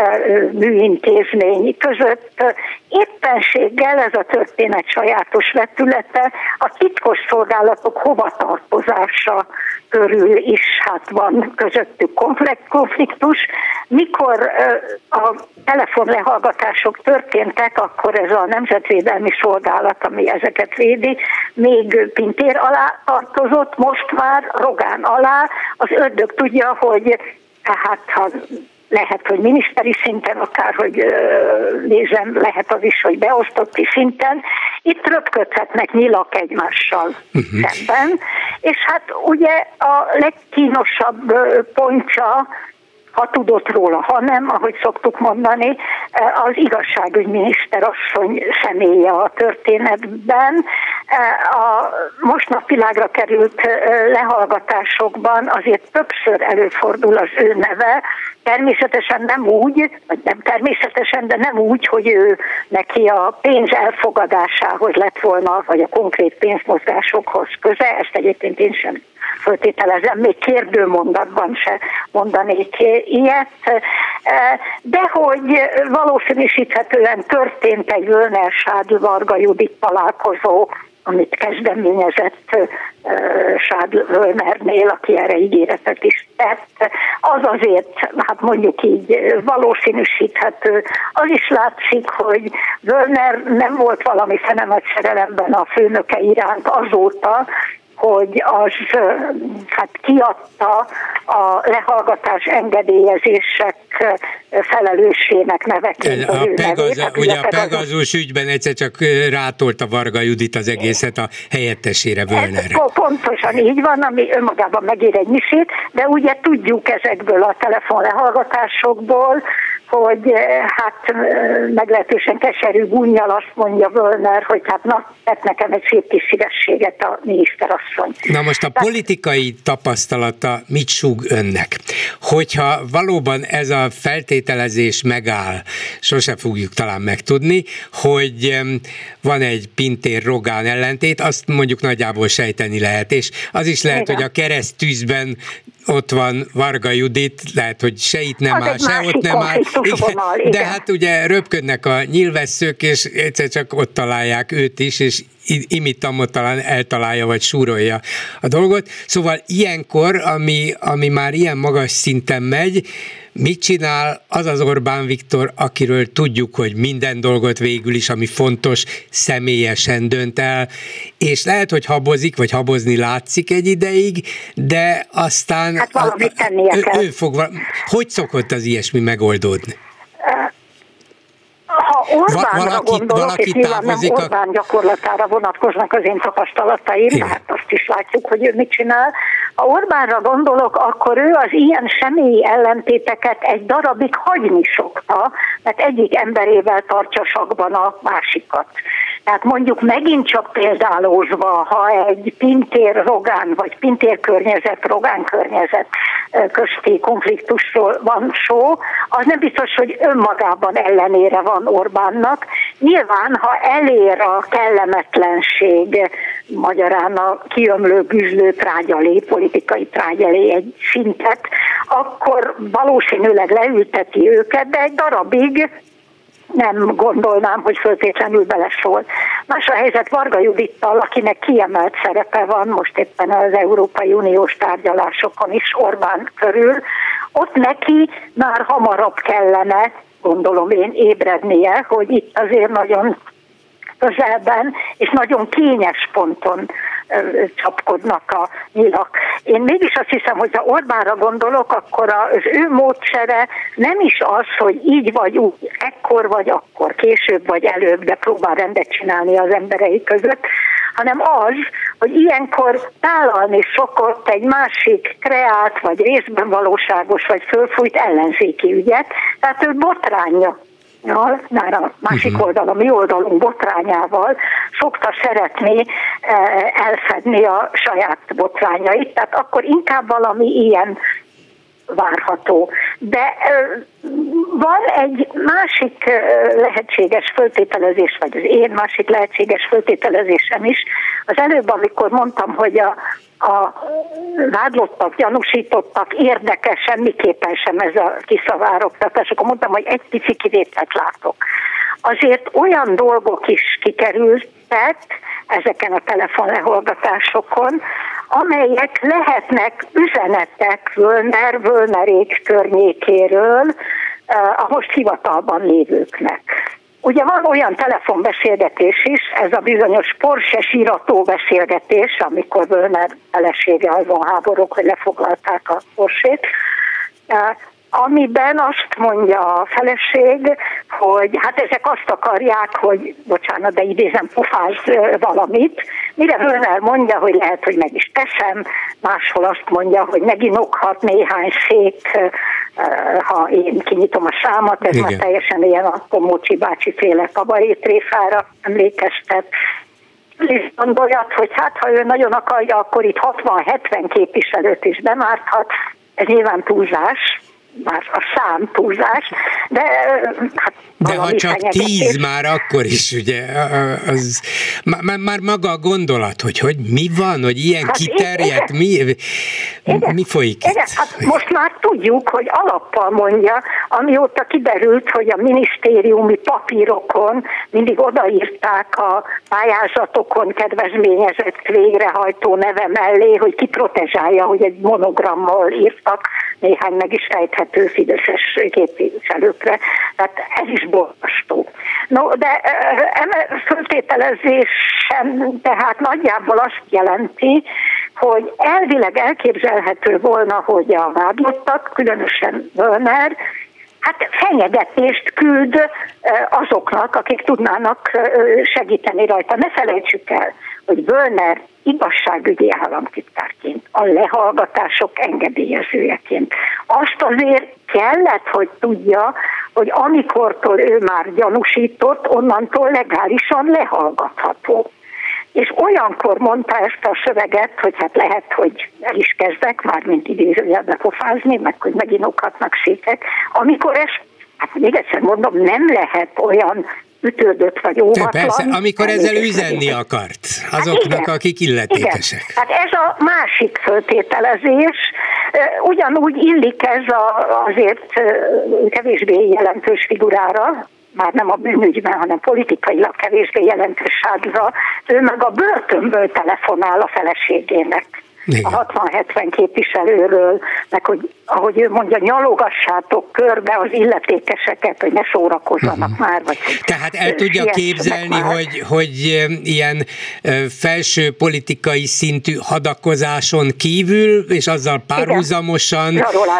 I: műintézmény között. Éppenséggel ez a történet sajátos vetülete, a titkos szolgálatok hovatartozása körül is hát van közöttük konfliktus. Mikor a telefonlehallgatások történtek, akkor ez a Nemzetvédelmi Szolgálat, ami ezeket védi, még Pintér alá tartozott, most már Rogán alá. Az ördög tudja, hogy hát ha lehet, hogy miniszteri szinten, akár, hogy nézem, lehet az is, hogy beosztotti szinten, itt röpködhetnek nyilak egymással uh-huh. szemben, és hát ugye a legkínosabb pontja, ha tudott róla, ha nem, ahogy szoktuk mondani, az igazságügyminiszter asszony személye a történetben. A most napvilágra került lehallgatásokban azért többször előfordul az ő neve, természetesen nem úgy, vagy nem természetesen, de nem úgy, hogy ő neki a pénz elfogadásához lett volna, vagy a konkrét pénzmozgásokhoz köze, ezt egyébként én sem föltételezem, még kérdőmondatban se mondanék ilyet, de hogy valószínűsíthetően történt egy Völner Sándor Varga Judit találkozó, amit kezdeményezett Sándor Völnernél, aki erre ígéretet is tett, az azért, hát mondjuk így valószínűsíthető. Az is látszik, hogy Völner nem volt valami fenemet szerelemben a főnöke iránt azóta, hogy az hát kiadta a lehallgatás engedélyezések felelőssének neveként.
C: A Pegaz, hát ugye a Pegazus ügyben egyszer csak rátolta Varga Judit az egészet a helyettesére, Völnerre.
I: Pontosan így van, ami önmagában megér egy misét, de ugye tudjuk ezekből a telefonlehallgatásokból, hogy hát meglehetősen keserű gúnnyal azt mondja Völner, hogy hát na, tett nekem egy szép kis szívességet a miniszterasszony.
C: Na most a politikai tapasztalata mit súg önnek? Hogyha valóban ez a feltételezés megáll, sose fogjuk talán megtudni, hogy van egy Pintér-Rogán ellentét, azt mondjuk nagyjából sejteni lehet, és az is lehet, igen, hogy a keresztűzben ott van Varga Judit, lehet, hogy se itt nem
I: az
C: áll, se ott nem áll.
I: Vonal,
C: de igen. Hát ugye röpködnek a nyílvesszők, és egyszer csak ott találják őt is, és imitamot talán eltalálja, vagy súrolja a dolgot. Szóval ilyenkor, ami, ami már ilyen magas szinten megy, mit csinál az az Orbán Viktor, akiről tudjuk, hogy minden dolgot végül is, ami fontos, személyesen dönt el, és lehet, hogy habozik, vagy habozni látszik egy ideig, de aztán
I: hát valamit tennie
C: ő,
I: kell.
C: ő fog, hogy szokott az ilyesmi megoldódni?
I: Ha Orbánra
C: valaki,
I: gondolok,
C: valaki
I: és nyilván nem
C: a...
I: Orbán gyakorlatára vonatkoznak az én tapasztalataim, de hát azt is látjuk, hogy ő mit csinál. Ha Orbánra gondolok, akkor ő az ilyen személyi ellentéteket egy darabig hagyni szokta, mert egyik emberével tartja sakban a másikat. Tehát mondjuk megint csak példálózva, ha egy Pintér-Rogán vagy Pintér-környezet-Rogán környezet közti konfliktusról van szó, az nem biztos, hogy önmagában ellenére van Orbánnak. Nyilván, ha elér a kellemetlenség, magyarán a kiömlő, güzlő trágyalé, politikai trágyalé egy szintet, akkor valószínűleg leülteti őket, de egy darabig nem gondolnám, hogy föltétlenül beleszól. Más a helyzet Varga Judittal, akinek kiemelt szerepe van most éppen az Európai Uniós tárgyalásokon is Orbán körül. Ott neki már hamarabb kellene, gondolom én, ébrednie, hogy itt azért nagyon közelben és nagyon kényes ponton ö, csapkodnak a nyilak. Én mégis azt hiszem, hogy ha Orbánra gondolok, akkor az ő módszere nem is az, hogy így vagy úgy, ekkor vagy akkor, később vagy előbb, de próbál rendet csinálni az emberei között, hanem az, hogy ilyenkor tálalni szokott egy másik kreált, vagy részben valóságos, vagy fölfújt ellenzéki ügyet, tehát ő botránja. Ja, már a másik oldal, a mi oldalunk botrányával szokta szeretni elfedni a saját botrányait, tehát akkor inkább valami ilyen várható. De van egy másik lehetséges föltételezés, vagy az én másik lehetséges föltételezésem is. Az előbb, amikor mondtam, hogy a, a vádlottak, gyanúsítottak érdeke semmiképpen sem ez a kiszavároktatás, akkor mondtam, hogy egy pici kivételt látok. Azért olyan dolgok is kikerültek ezeken a telefonlehallgatásokon, amelyek lehetnek üzenetek Völner, Völnerék környékéről a most hivatalban lévőknek. Ugye van olyan telefonbeszélgetés is, ez a bizonyos Porsche sírató beszélgetés, amikor Völner felesége azon háborúk, hogy lefoglalták a Porsét, amiben azt mondja a feleség, hogy hát ezek azt akarják, hogy, bocsánat, de idézem, pofáz valamit, mire Völner mondja, hogy lehet, hogy meg is teszem, máshol azt mondja, hogy meginokhat néhány szék, ha én kinyitom a számat, ez Igen. már teljesen ilyen a Komócsi bácsi féle kabarétréfára emlékeztet. Viszont olyat, hogy hát ha ő nagyon akarja, akkor itt hatvan-hetven képviselőt is bemárthat, ez nyilván túlzás, már a szám túlzás, de hát
C: de ha csak tíz már akkor is, ugye, az már, már maga a gondolat, hogy, hogy mi van, hogy ilyen hát kiterjedt, mi,
I: igen,
C: mi folyik
I: igen,
C: itt?
I: Hát most már tudjuk, hogy alappal mondja, amióta kiderült, hogy a minisztériumi papírokon mindig odaírták a pályázatokon kedvezményezett végrehajtó neve mellé, hogy ki protezsálja, hogy egy monogrammal írtak néhány meg is rejthető fideszes képviselőkre. Tehát ez is borzasztó. No, de eme föltételezésem tehát nagyjából azt jelenti, hogy elvileg elképzelhető volna, hogy a vádlottak, különösen Völner, hát fenyegetést küld azoknak, akik tudnának segíteni rajta. Ne felejtsük el, hogy Völner igazságügyi államtitkárként, a lehallgatások engedélyezőjeként azt azért kellett, hogy tudja, hogy amikortól ő már gyanúsított, onnantól legálisan lehallgatható. És olyankor mondta ezt a szöveget, hogy hát lehet, hogy el is kezdek, már mint idézőjelbe pofázni, meg hogy meginokhatnak székek, amikor ezt, hát még egyszer mondom, nem lehet olyan ütődött vagy óvatlan.
C: De persze, amikor ezzel üzenni akart azoknak, hát akik illetékesek.
I: Igen. Hát ez a másik föltételezés, ugyanúgy illik ez a, azért kevésbé jelentős figurára, már nem a bűnügyben, hanem politikailag kevésbé jelentős sádra, ő meg a börtönből telefonál a feleségének. Igen. A hatvan-hetven képviselőről, meg hogy ahogy ő mondja, nyalogassátok körbe az illetékeseket, hogy ne szórakozzanak uh-huh. már. Vagy
C: tehát el tudja képzelni, hogy, hogy ilyen felső politikai szintű hadakozáson kívül, és azzal párhuzamosan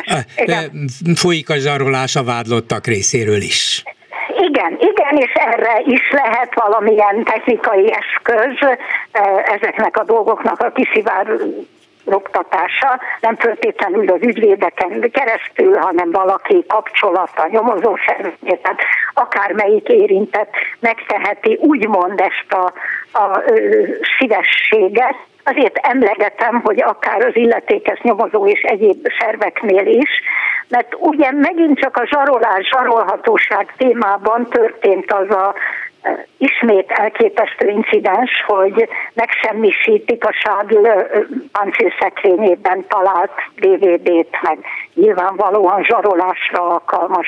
C: folyik a zsarolás a vádlottak részéről is.
I: Igen, igen, és erre is lehet valamilyen technikai eszköz ezeknek a dolgoknak a kiszivárogtatása, nem feltétlenül az ügyvédeken keresztül, hanem valaki kapcsolata, nyomozószervezet, tehát akármelyik érintett megteheti úgymond ezt a, a szívességet. Azért emlegetem, hogy akár az illetékes nyomozó és egyéb szerveknél is, mert ugye megint csak a zsarolás, zsarolhatóság témában történt az a ismét elképesztő incidens, hogy megsemmisítik a Sádl páncélszekrényében talált dé vé dét, meg nyilvánvalóan zsarolásra alkalmas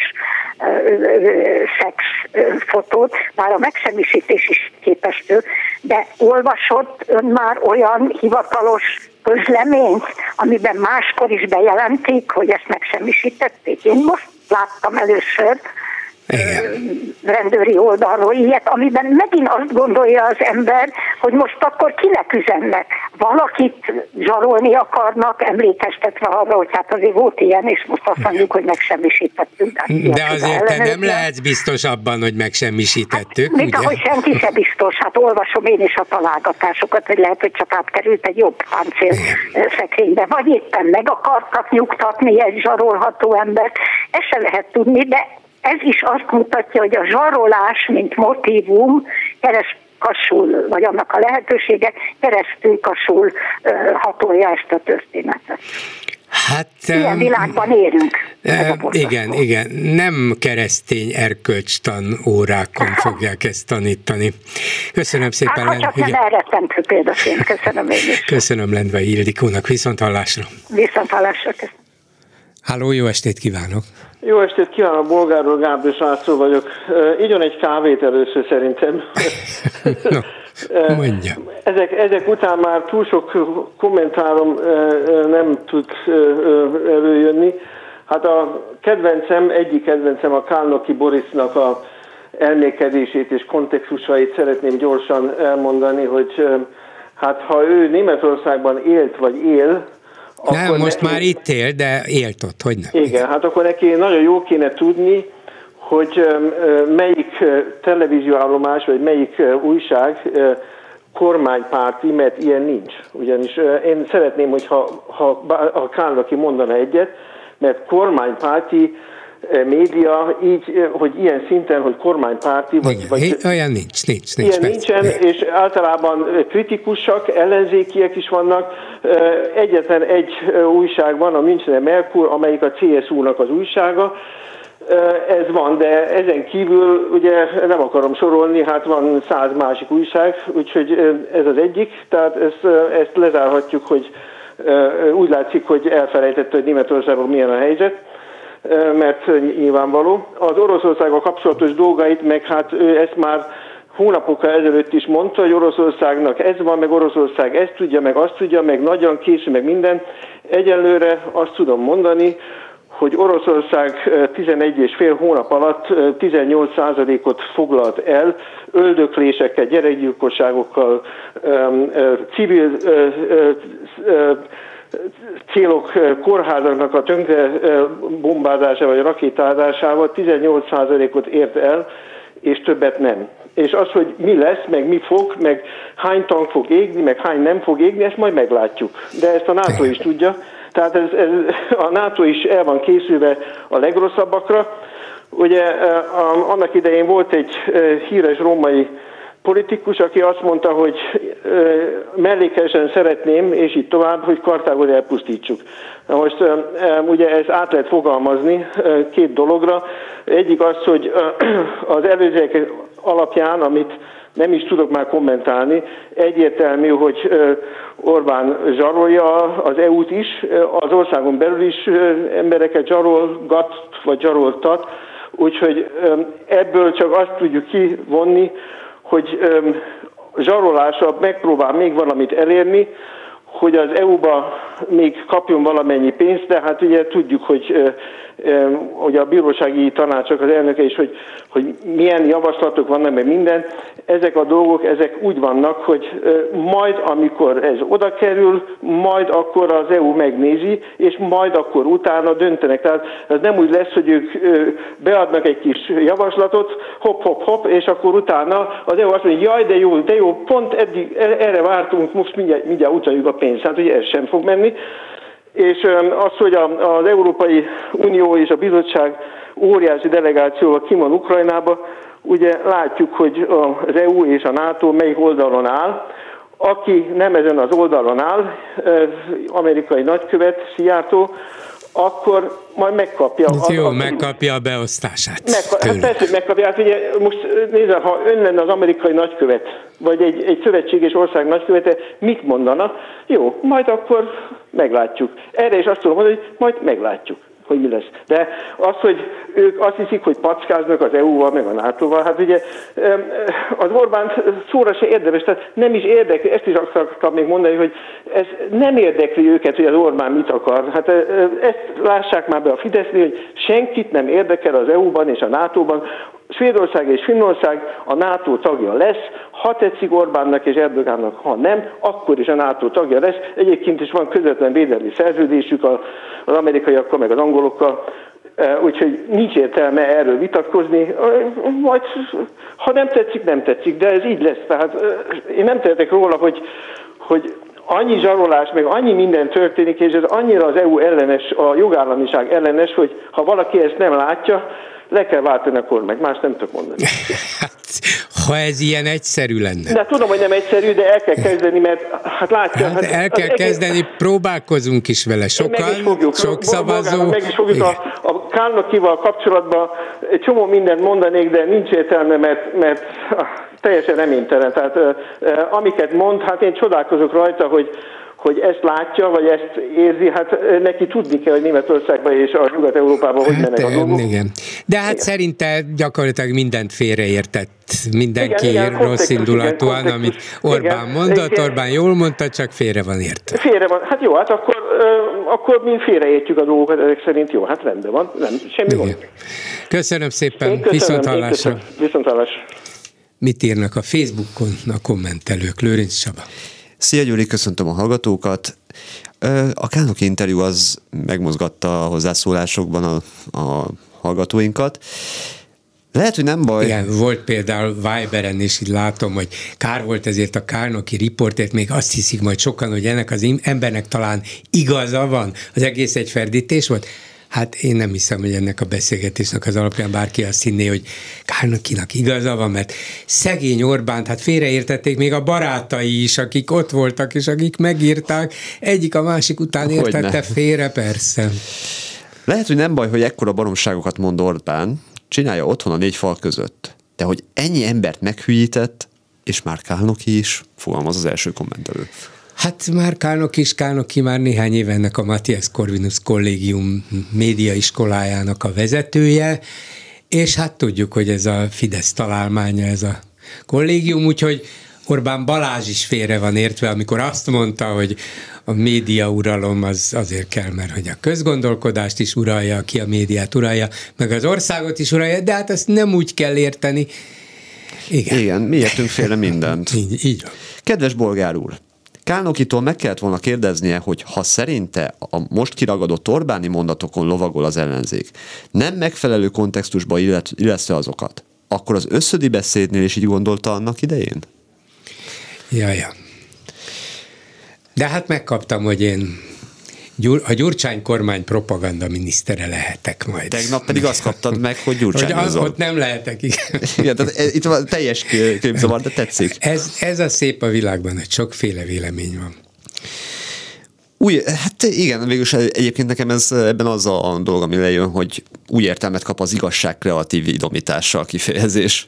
I: szexfotót, bár a megsemmisítés is képesztő, de olvasott ön már olyan hivatalos közleményt, amiben máskor is bejelentik, hogy ezt megsemmisítették. Én most láttam először rendőri oldalról ilyet, amiben megint azt gondolja az ember, hogy most akkor kinek üzennek. Valakit zsarolni akarnak, emlékeztetve arra, hogy hát azért volt ilyen, és most azt mondjuk, hogy megsemmisítettük.
C: De azért te nem lehetsz biztos abban, hogy megsemmisítettük, hát,
I: mint ahogy senki se biztos, hát olvasom én is a találgatásokat, hogy lehet, hogy csak átkerült egy jobb páncél szekrénybe, vagy éppen meg akartak nyugtatni egy zsarolható embert, ezt se lehet tudni, de ez is azt mutatja, hogy a zsarolás, mint motívum, keresztül, vagy annak a lehetősége keresztül kasul hatolja ezt a történetet.
C: Hát,
I: ilyen világban élünk.
C: E, igen, igen. Nem keresztény erkölcstan órákon fogják ezt tanítani. Köszönöm szépen.
I: Hát, ha csak nem elrettentő példaként. Köszönöm én is.
C: Köszönöm Lendvai Ildikónak. Viszont hallásra.
I: Viszont hallásra.
C: Háló, jó estét kívánok.
J: Jó estét kívánok, Bolgárról Gábor László vagyok. Igyon egy kávét először szerintem.
C: No, mondja.
J: Ezek, ezek után már túl sok kommentárom nem tud előjönni. Hát a kedvencem, egyik kedvencem a Kálnoky Borisnak a elmélkedését és kontextusait szeretném gyorsan elmondani, hogy hát ha ő Németországban élt vagy él,
C: nem, most neki, már itt él, de élt ott, hogy nem.
J: Igen, hát akkor neki nagyon jó kéne tudni, hogy melyik televízióállomás, vagy melyik újság kormánypárti, mert ilyen nincs. Ugyanis én szeretném, hogyha ha, ha Kálnoky mondana egyet, mert kormánypárti média így, hogy ilyen szinten, hogy kormánypárti, vagy,
C: igen,
J: vagy
C: olyan nincs, nincs, nincs.
J: Ilyen persze. Nincsen, és általában kritikusak, ellenzékiek is vannak. Egyetlen egy újság van, a Münchner Merkur, amelyik a cé es u-nak az újsága. Ez van, de ezen kívül ugye nem akarom sorolni, hát van száz másik újság, úgyhogy ez az egyik, tehát ezt, ezt lezárhatjuk, hogy úgy látszik, hogy elfelejtette, hogy Németországban milyen a helyzet, mert nyilvánvaló. Az Oroszországgal kapcsolatos dolgait, meg hát ő ezt már hónapokkal ezelőtt is mondta, hogy Oroszországnak ez van, meg Oroszország ezt tudja, meg azt tudja, meg nagyon késő, meg minden. Egyelőre azt tudom mondani, hogy Oroszország tizenegy és fél hónap alatt tizennyolc százalékot foglalt el, öldöklésekkel, gyerekgyilkosságokkal, civil célok, kórházaknak a tönkre bombázásával, vagy rakétázásával tizennyolc százalékot ért el, és többet nem. És az, hogy mi lesz, meg mi fog, meg hány tank fog égni, meg hány nem fog égni, ezt majd meglátjuk. De ezt a NATO is tudja. Tehát ez, ez, a NATO is el van készülve a legrosszabbakra. Ugye annak idején volt egy híres római politikus, aki azt mondta, hogy mellékesen szeretném, és így tovább, hogy Kartágot elpusztítsuk. Na most ugye ezt át lehet fogalmazni két dologra. Egyik az, hogy az előzőek alapján, amit nem is tudok már kommentálni, egyértelmű, hogy Orbán zsarolja az é u-t is, az országon belül is embereket zsarolgat, vagy zsaroltat, úgyhogy ebből csak azt tudjuk kivonni, hogy zsarolással megpróbál még valamit elérni, hogy az é u-ba még kapjon valamennyi pénzt, de hát ugye tudjuk, hogy, hogy a bírósági tanácsok az elnöke is, hogy, hogy milyen javaslatok vannak, meg minden. Ezek a dolgok, ezek úgy vannak, hogy majd amikor ez oda kerül, majd akkor az é u megnézi, és majd akkor utána döntenek. Tehát ez nem úgy lesz, hogy ők beadnak egy kis javaslatot, hopp, hopp, hopp, és akkor utána az é u azt mondja, jaj, de jó, de jó, pont eddig, erre vártunk, most mindjárt, mindjárt utaljuk a pénzt. Hát ugye ez sem fog menni. És az, hogy az Európai Unió és a bizottság óriási delegációval ki van Ukrajnába, ugye látjuk, hogy az é u és a NATO melyik oldalon áll. Aki nem ezen az oldalon áll, amerikai nagykövet, Szijjártó, akkor majd megkapja.
C: Az, jó,
J: a,
C: megkapja a beosztását.
J: Megka- hát persze, hogy megkapja. Hát ugye most nézd, ha ön lenne az amerikai nagykövet, vagy egy, egy szövetséges ország nagykövete, mit mondana? Jó, majd akkor meglátjuk. Erre is azt tudom mondani, hogy majd meglátjuk, hogy mi lesz. De az, hogy ők azt hiszik, hogy packáznak az é u-val, meg a nátóval, hát ugye az Orbán szóra se érdemes, tehát nem is érdekli, ezt is akartam még mondani, hogy ez nem érdekli őket, hogy az Orbán mit akar. Hát ezt lássák már be a Fidesznél, hogy senkit nem érdekel az é u-ban és a nátóban. Svédország és Finnország a NATO tagja lesz, ha tetszik Orbánnak és Erdogánnak, ha nem, akkor is a NATO tagja lesz. Egyébként is van közvetlen védelmi szerződésük az amerikaiakkal, meg az angolokkal, úgyhogy nincs értelme erről vitatkozni. Majd, ha nem tetszik, nem tetszik, de ez így lesz. Tehát én nem tehetek róla, hogy, hogy annyi zsarolás, meg annyi minden történik, és ez annyira az é u ellenes, a jogállamiság ellenes, hogy ha valaki ezt nem látja, le kell váltani a kormányt, más nem tudok mondani.
C: Hát, ha ez ilyen egyszerű lenne.
J: De tudom, hogy nem egyszerű, de el kell kezdeni, mert hát látja.
C: Hát, hát el kell kezdeni, egész... próbálkozunk is vele. Sokan, is fogjuk, sok szavazó.
J: Meg is fogjuk a, a Kárnokival kapcsolatban egy csomó mindent mondanék, de nincs értelme, mert, mert teljesen reménytelen. Tehát amiket mond, hát én csodálkozok rajta, hogy hogy ezt látja, vagy ezt érzi, hát neki tudni kell, hogy Németországban és a Nyugat-Európában hogy mennek hát, a dolgok.
C: Igen. De hát igen. Szerinte gyakorlatilag mindent félreértett mindenki igen, igen, rossz indulatúan, igen, amit Orbán igen, mondott, igen. Orbán jól mondta, csak félre van értve.
J: Félre van, hát jó, hát akkor, euh, akkor mi félreértjük a dolgokat, ezek szerint jó, hát rendben van, nem, semmi gond.
C: Köszönöm szépen, viszonthallásra.
J: Viszonthallásra.
C: Mit írnak a Facebookon a kommentelők? Lőrinc Csaba.
K: Szia Gyuri, köszöntöm a hallgatókat. A Kárnoki interjú az megmozgatta a hozzászólásokban a, a hallgatóinkat. Lehet, hogy nem baj.
C: Igen, volt például Viberen, és így látom, hogy kár volt ezért a Kárnoki riportért, még azt hiszik majd sokan, hogy ennek az embernek talán igaza van. Az egész egy ferdítés volt. Hát én nem hiszem, hogy ennek a beszélgetésnek az alapján bárki azt hinné, hogy Kárnokinak igaza van, mert szegény Orbánt, hát félreértették még a barátai is, akik ott voltak, és akik megírták, egyik a másik után értette félre, persze.
K: Lehet, hogy nem baj, hogy ekkora baromságokat mond Orbán, csinálja otthon a négy fal között, de hogy ennyi embert meghülyített, és már Kárnoki is, fogalmaz az első kommentelő.
C: Hát már Kárnoki is, Kárnoki már néhány éve ennek a Matthias Corvinus Kollégium médiaiskolájának a vezetője, és hát tudjuk, hogy ez a Fidesz találmánya ez a kollégium, úgyhogy Orbán Balázs is félre van értve, amikor azt mondta, hogy a média uralom az azért kell, mert hogy a közgondolkodást is uralja, aki a médiát uralja, meg az országot is uralja, de hát ezt nem úgy kell érteni. Igen,
K: Igen mi értünk félre mindent.
C: így, így van.
K: Kedves bolgár úr, Kárnokitól meg kellett volna kérdeznie, hogy ha szerinte a most kiragadott Orbáni mondatokon lovagol az ellenzék, nem megfelelő kontextusba illesztve azokat, akkor az összödi beszédnél is így gondolta annak idején?
C: Jaja. De hát megkaptam, hogy én Gyur, a Gyurcsány kormány propaganda minisztere lehetek majd.
K: Tegnap pedig azt kaptad meg, hogy Gyurcsányozol.
C: Hogy ott nem lehetek, igen.
K: Igen, tehát itt van teljes képzavar, de tetszik.
C: Ez, ez a szép a világban, hogy sokféle vélemény van.
K: Új, hát igen, végülis egyébként nekem ez ebben az a dolog, ami lejön, hogy új értelmet kap az igazság kreatív idomítása a kifejezés.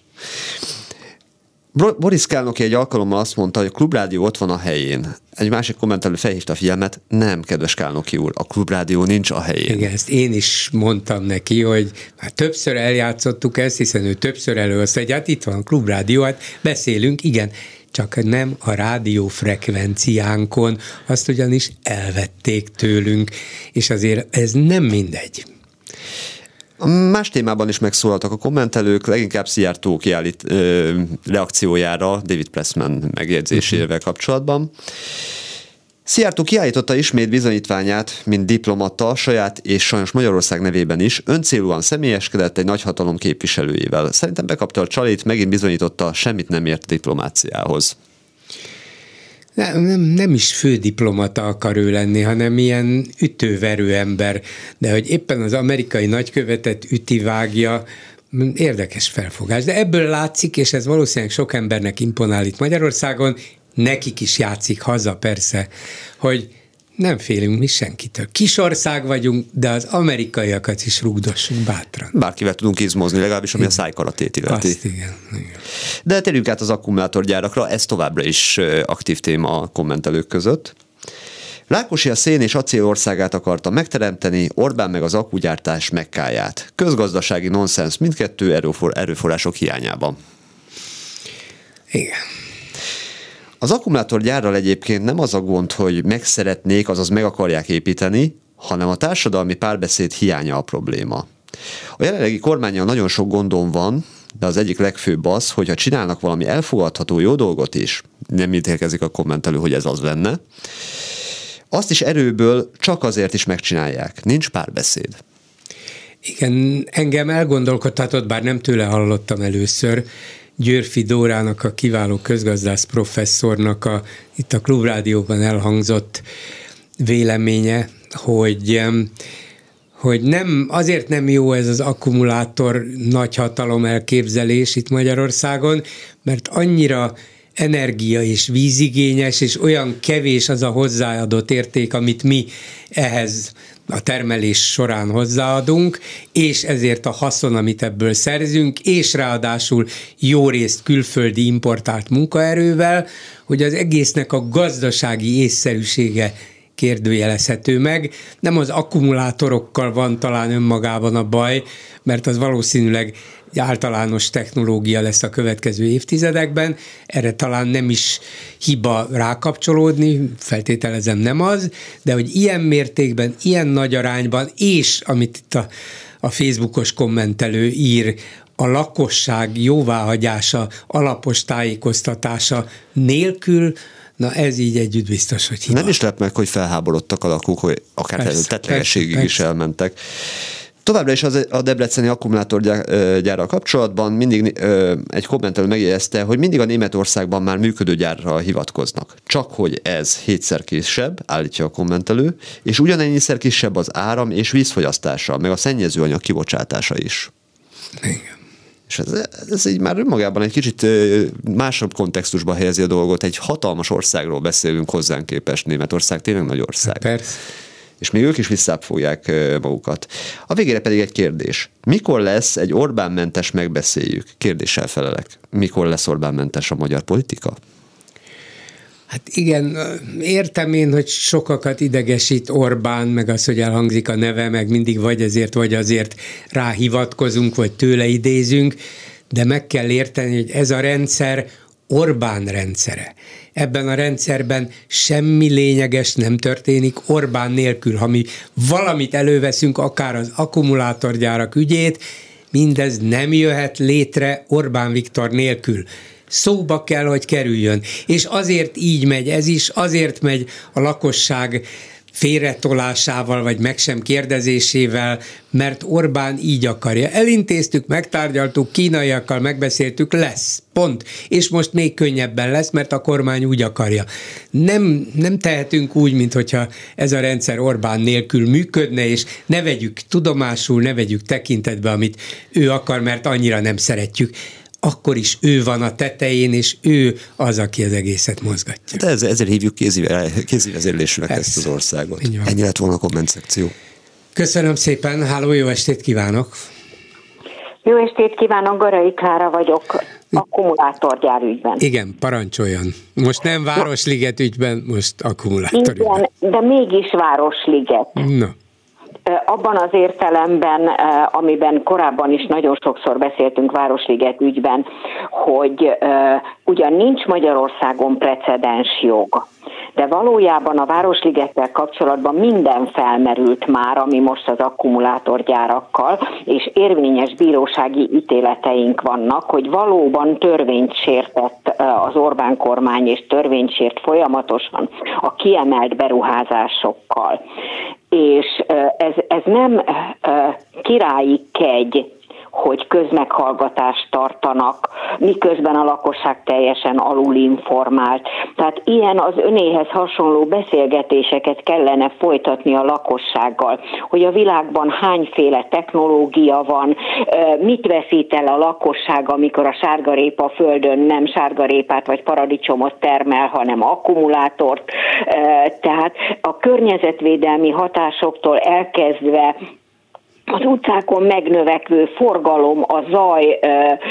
K: Boris Kárnoki egy alkalommal azt mondta, hogy a Klubrádió ott van a helyén. Egy másik kommentelő felhívta a figyelmet, nem, kedves Kárnoki úr, a Klubrádió nincs a helyén.
C: Igen, ezt én is mondtam neki, hogy már többször eljátszottuk ezt, hiszen ő többször előhozta, hogy hát itt van a Klubrádió, hát beszélünk, igen, csak nem a rádiófrekvenciánkon, azt ugyanis elvették tőlünk, és azért ez nem mindegy.
K: Más témában is megszólaltak a kommentelők, leginkább Szijjártó kiállít ö, reakciójára David Pressman megjegyzésével kapcsolatban. Szijjártó kiállította ismét bizonyítványát, mint diplomata, saját és sajnos Magyarország nevében is, öncélúan személyeskedett egy nagyhatalom képviselőjével. Szerintem bekapta a csalit, megint bizonyította, semmit nem ért a diplomáciához.
C: Nem, nem, nem is fődiplomata akar ő lenni, hanem ilyen ütőverő ember, de hogy éppen az amerikai nagykövetet üti-vágja, érdekes felfogás. De ebből látszik, és ez valószínűleg sok embernek imponál itt Magyarországon, nekik is játszik haza persze, hogy Nem félünk mi senkitől. Kis ország vagyunk, de az amerikaiakat is rugdossunk bátran.
K: Bárkivel tudunk izmozni, legalábbis ami a szájkaratét illeti.
C: Azt igen, igen.
K: De térjünk át az akkumulátorgyárakra, ez továbbra is aktív téma a kommentelők között. Rákosi a szén és acél országát akarta megteremteni, Orbán meg az akkugyártás Mekkáját. Közgazdasági nonsens mindkettő erőfor- erőforrások hiányában.
C: Igen.
K: Az akkumulátorgyárral egyébként nem az a gond, hogy megszeretnék, azaz meg akarják építeni, hanem a társadalmi párbeszéd hiánya a probléma. A jelenlegi kormánnyal nagyon sok gondom van, de az egyik legfőbb az, hogyha csinálnak valami elfogadható jó dolgot is, nem ítélkezik a kommentelő, hogy ez az lenne, azt is erőből csak azért is megcsinálják. Nincs párbeszéd.
C: Igen, engem elgondolkodhatott, bár nem tőle hallottam először, Győrfi Dórának, a kiváló közgazdász professzornak a, itt a Klubrádióban elhangzott véleménye, hogy, hogy nem, azért nem jó ez az akkumulátor nagyhatalom elképzelés itt Magyarországon, mert annyira energia és vízigényes, és olyan kevés az a hozzáadott érték, amit mi ehhez a termelés során hozzáadunk, és ezért a haszon, amit ebből szerzünk, és ráadásul jó részt külföldi importált munkaerővel, hogy az egésznek a gazdasági észszerűsége kérdőjelezhető meg. Nem az akkumulátorokkal van talán önmagában a baj, mert az valószínűleg általános technológia lesz a következő évtizedekben, erre talán nem is hiba rákapcsolódni, feltételezem nem az, de hogy ilyen mértékben, ilyen nagy arányban, és amit itt a, a Facebookos kommentelő ír, a lakosság jóváhagyása, alapos tájékoztatása nélkül, na ez így együtt biztos, hogy hiba.
K: Nem is lep meg, hogy felháborodtak a lakók, hogy akár tettlegességig is elmentek. Továbbra is az, a debreceni akkumulátorgyárral kapcsolatban mindig ö, egy kommentelő megjegyezte, hogy mindig a Németországban már működő gyárra hivatkoznak. Csak hogy ez hétszer kisebb, állítja a kommentelő, és ugyanennyiszer kisebb az áram és vízfogyasztása, meg a szennyezőanyag kibocsátása is.
C: Igen.
K: És ez, ez így már önmagában egy kicsit másabb kontextusba helyezi a dolgot. Egy hatalmas országról beszélünk hozzánk képest. Németország tényleg nagy ország.
C: Persze.
K: És még ők is visszafogják magukat. A végére pedig egy kérdés. Mikor lesz egy Orbán-mentes megbeszéljük? Kérdéssel felelek. Mikor lesz Orbán-mentes a magyar politika?
C: Hát igen, értem én, hogy sokakat idegesít Orbán, meg az, hogy elhangzik a neve, meg mindig vagy ezért, vagy azért ráhivatkozunk, vagy tőle idézünk, de meg kell érteni, hogy ez a rendszer Orbán rendszere. Ebben a rendszerben semmi lényeges nem történik Orbán nélkül. Ha mi valamit előveszünk, akár az akkumulátorgyárak ügyét, mindez nem jöhet létre Orbán Viktor nélkül. Szóba kell, hogy kerüljön. És azért így megy ez is, azért megy a lakosság félretolásával, vagy meg sem kérdezésével, mert Orbán így akarja. Elintéztük, megtárgyaltuk, kínaiakkal megbeszéltük, lesz. Pont. És most még könnyebben lesz, mert a kormány úgy akarja. Nem, nem tehetünk úgy, minthogyha ez a rendszer Orbán nélkül működne, és ne vegyük tudomásul, ne vegyük tekintetbe, amit ő akar, mert annyira nem szeretjük. Akkor is ő van a tetején, és ő az, aki az egészet mozgatja.
K: De ezzel, ezzel hívjuk kézivezérlésűnek ezt az országot. Ennyi lett volna a komment szekció.
C: Köszönöm szépen, háló, jó estét kívánok!
L: Jó estét kívánok, Garai Klára vagyok, akkumulátorgyár ügyben.
C: Igen, parancsoljon. Most nem Városliget ügyben, most akkumulátorügyben.
L: Igen, de mégis Városliget.
C: Na.
L: Abban az értelemben, amiben korábban is nagyon sokszor beszéltünk Városliget ügyben, hogy ugyan nincs Magyarországon precedens jog, de valójában a Városligettel kapcsolatban minden felmerült már, ami most az akkumulátorgyárakkal, és érvényes bírósági ítéleteink vannak, hogy valóban törvényt sértett az Orbán kormány, és törvényt sért folyamatosan a kiemelt beruházásokkal. És ez, ez nem királyi kegy, hogy közmeghallgatást tartanak, miközben a lakosság teljesen alulinformált. Tehát ilyen az önéhez hasonló beszélgetéseket kellene folytatni a lakossággal, hogy a világban hányféle technológia van, mit veszít el a lakosság, amikor a sárgarépa a földön nem sárgarépát vagy paradicsomot termel, hanem akkumulátort. Tehát a környezetvédelmi hatásoktól elkezdve az utcákon megnövekvő forgalom, a zaj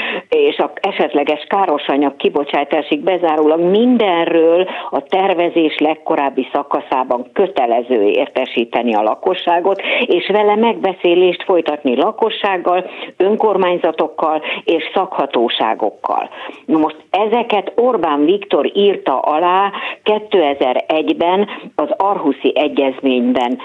L: és az esetleges károsanyag kibocsátásig bezárólag mindenről a tervezés legkorábbi szakaszában kötelező értesíteni a lakosságot, és vele megbeszélést folytatni lakossággal, önkormányzatokkal és szakhatóságokkal. Na most ezeket Orbán Viktor írta alá kétezer-egyben az Aarhuszi Egyezményben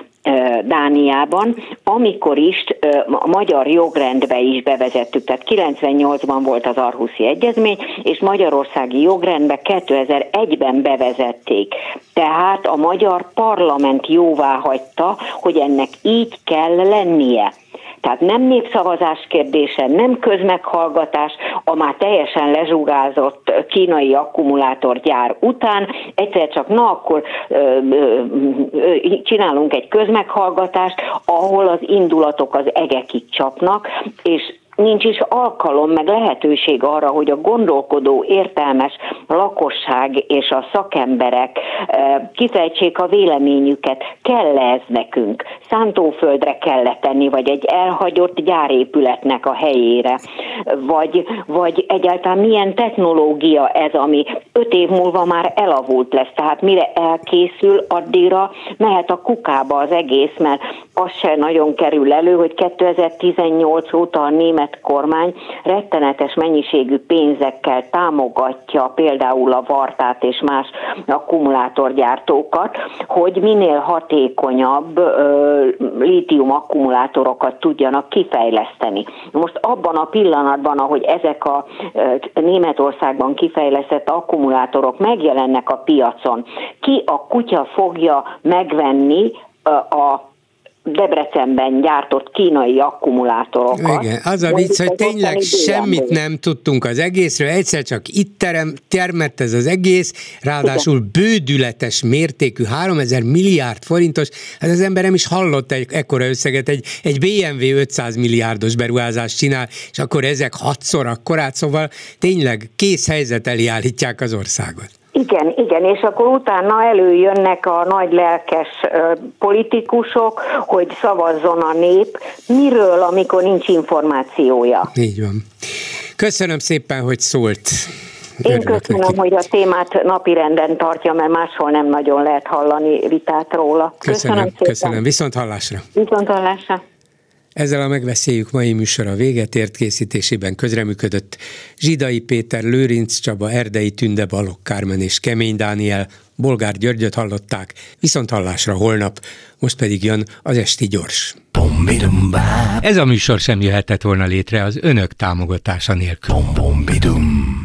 L: Dániában, amikor is a magyar jogrendbe is bevezettük, tehát kilencvennyolcban volt az Aarhuszi Egyezmény, és magyarországi jogrendbe kétezer-egyben bevezették. Tehát a magyar parlament jóvá hagyta, hogy ennek így kell lennie. Tehát nem népszavazás kérdése, nem közmeghallgatás, a már teljesen lezsugázott kínai akkumulátorgyár után, egyszer csak na akkor ö, ö, ö, csinálunk egy közmeghallgatást, ahol az indulatok az egekig csapnak, és nincs is alkalom, meg lehetőség arra, hogy a gondolkodó, értelmes lakosság és a szakemberek kifejtsék a véleményüket. Kell ez nekünk? Szántóföldre kell tenni, vagy egy elhagyott gyárépületnek a helyére? Vagy, vagy egyáltalán milyen technológia ez, ami öt év múlva már elavult lesz? Tehát mire elkészül, addigra mehet a kukába az egész, mert az se nagyon kerül elő, hogy kétezer-tizennyolc óta a német kormány rettenetes mennyiségű pénzekkel támogatja például a Vartát és más akkumulátorgyártókat, hogy minél hatékonyabb ö, lítium akkumulátorokat tudjanak kifejleszteni. Most abban a pillanatban, ahogy ezek a ö, Németországban kifejlesztett akkumulátorok megjelennek a piacon, ki a kutya fogja megvenni ö, a Debrecenben gyártott kínai akkumulátorokat.
C: Igen, az a vicc, hogy tényleg semmit nem tudtunk az egészről, egyszer csak itt terem, termett ez az egész, ráadásul bődületes mértékű, háromezer milliárd forintos, hát az ember nem is hallott egy ekkora összeget, egy, egy bé em vé ötszáz milliárdos beruházást csinál, és akkor ezek hatszor akkorát, szóval tényleg kész helyzet elé állítják az országot.
L: Igen, igen, és akkor utána előjönnek a nagy lelkes politikusok, hogy szavazzon a nép. Miről, amikor nincs információja?
C: Így van. Köszönöm szépen, hogy szólt.
L: Én köszönöm, neki. Hogy a témát napirenden tartja, mert máshol nem nagyon lehet hallani vitát róla.
C: Köszönöm, köszönöm, köszönöm. Viszont hallásra.
L: Viszont hallásra.
C: Ezzel a Megbeszéljük mai műsora véget ért, készítésében közreműködött Zsidai Péter, Lőrinc Csaba, Erdei Tünde, Balogh Kármen és Kemény Dániel. Bolgár Györgyöt hallották, viszont hallásra holnap, most pedig jön az Esti Gyors. Ez a műsor sem jöhetett volna létre az önök támogatása nélkül.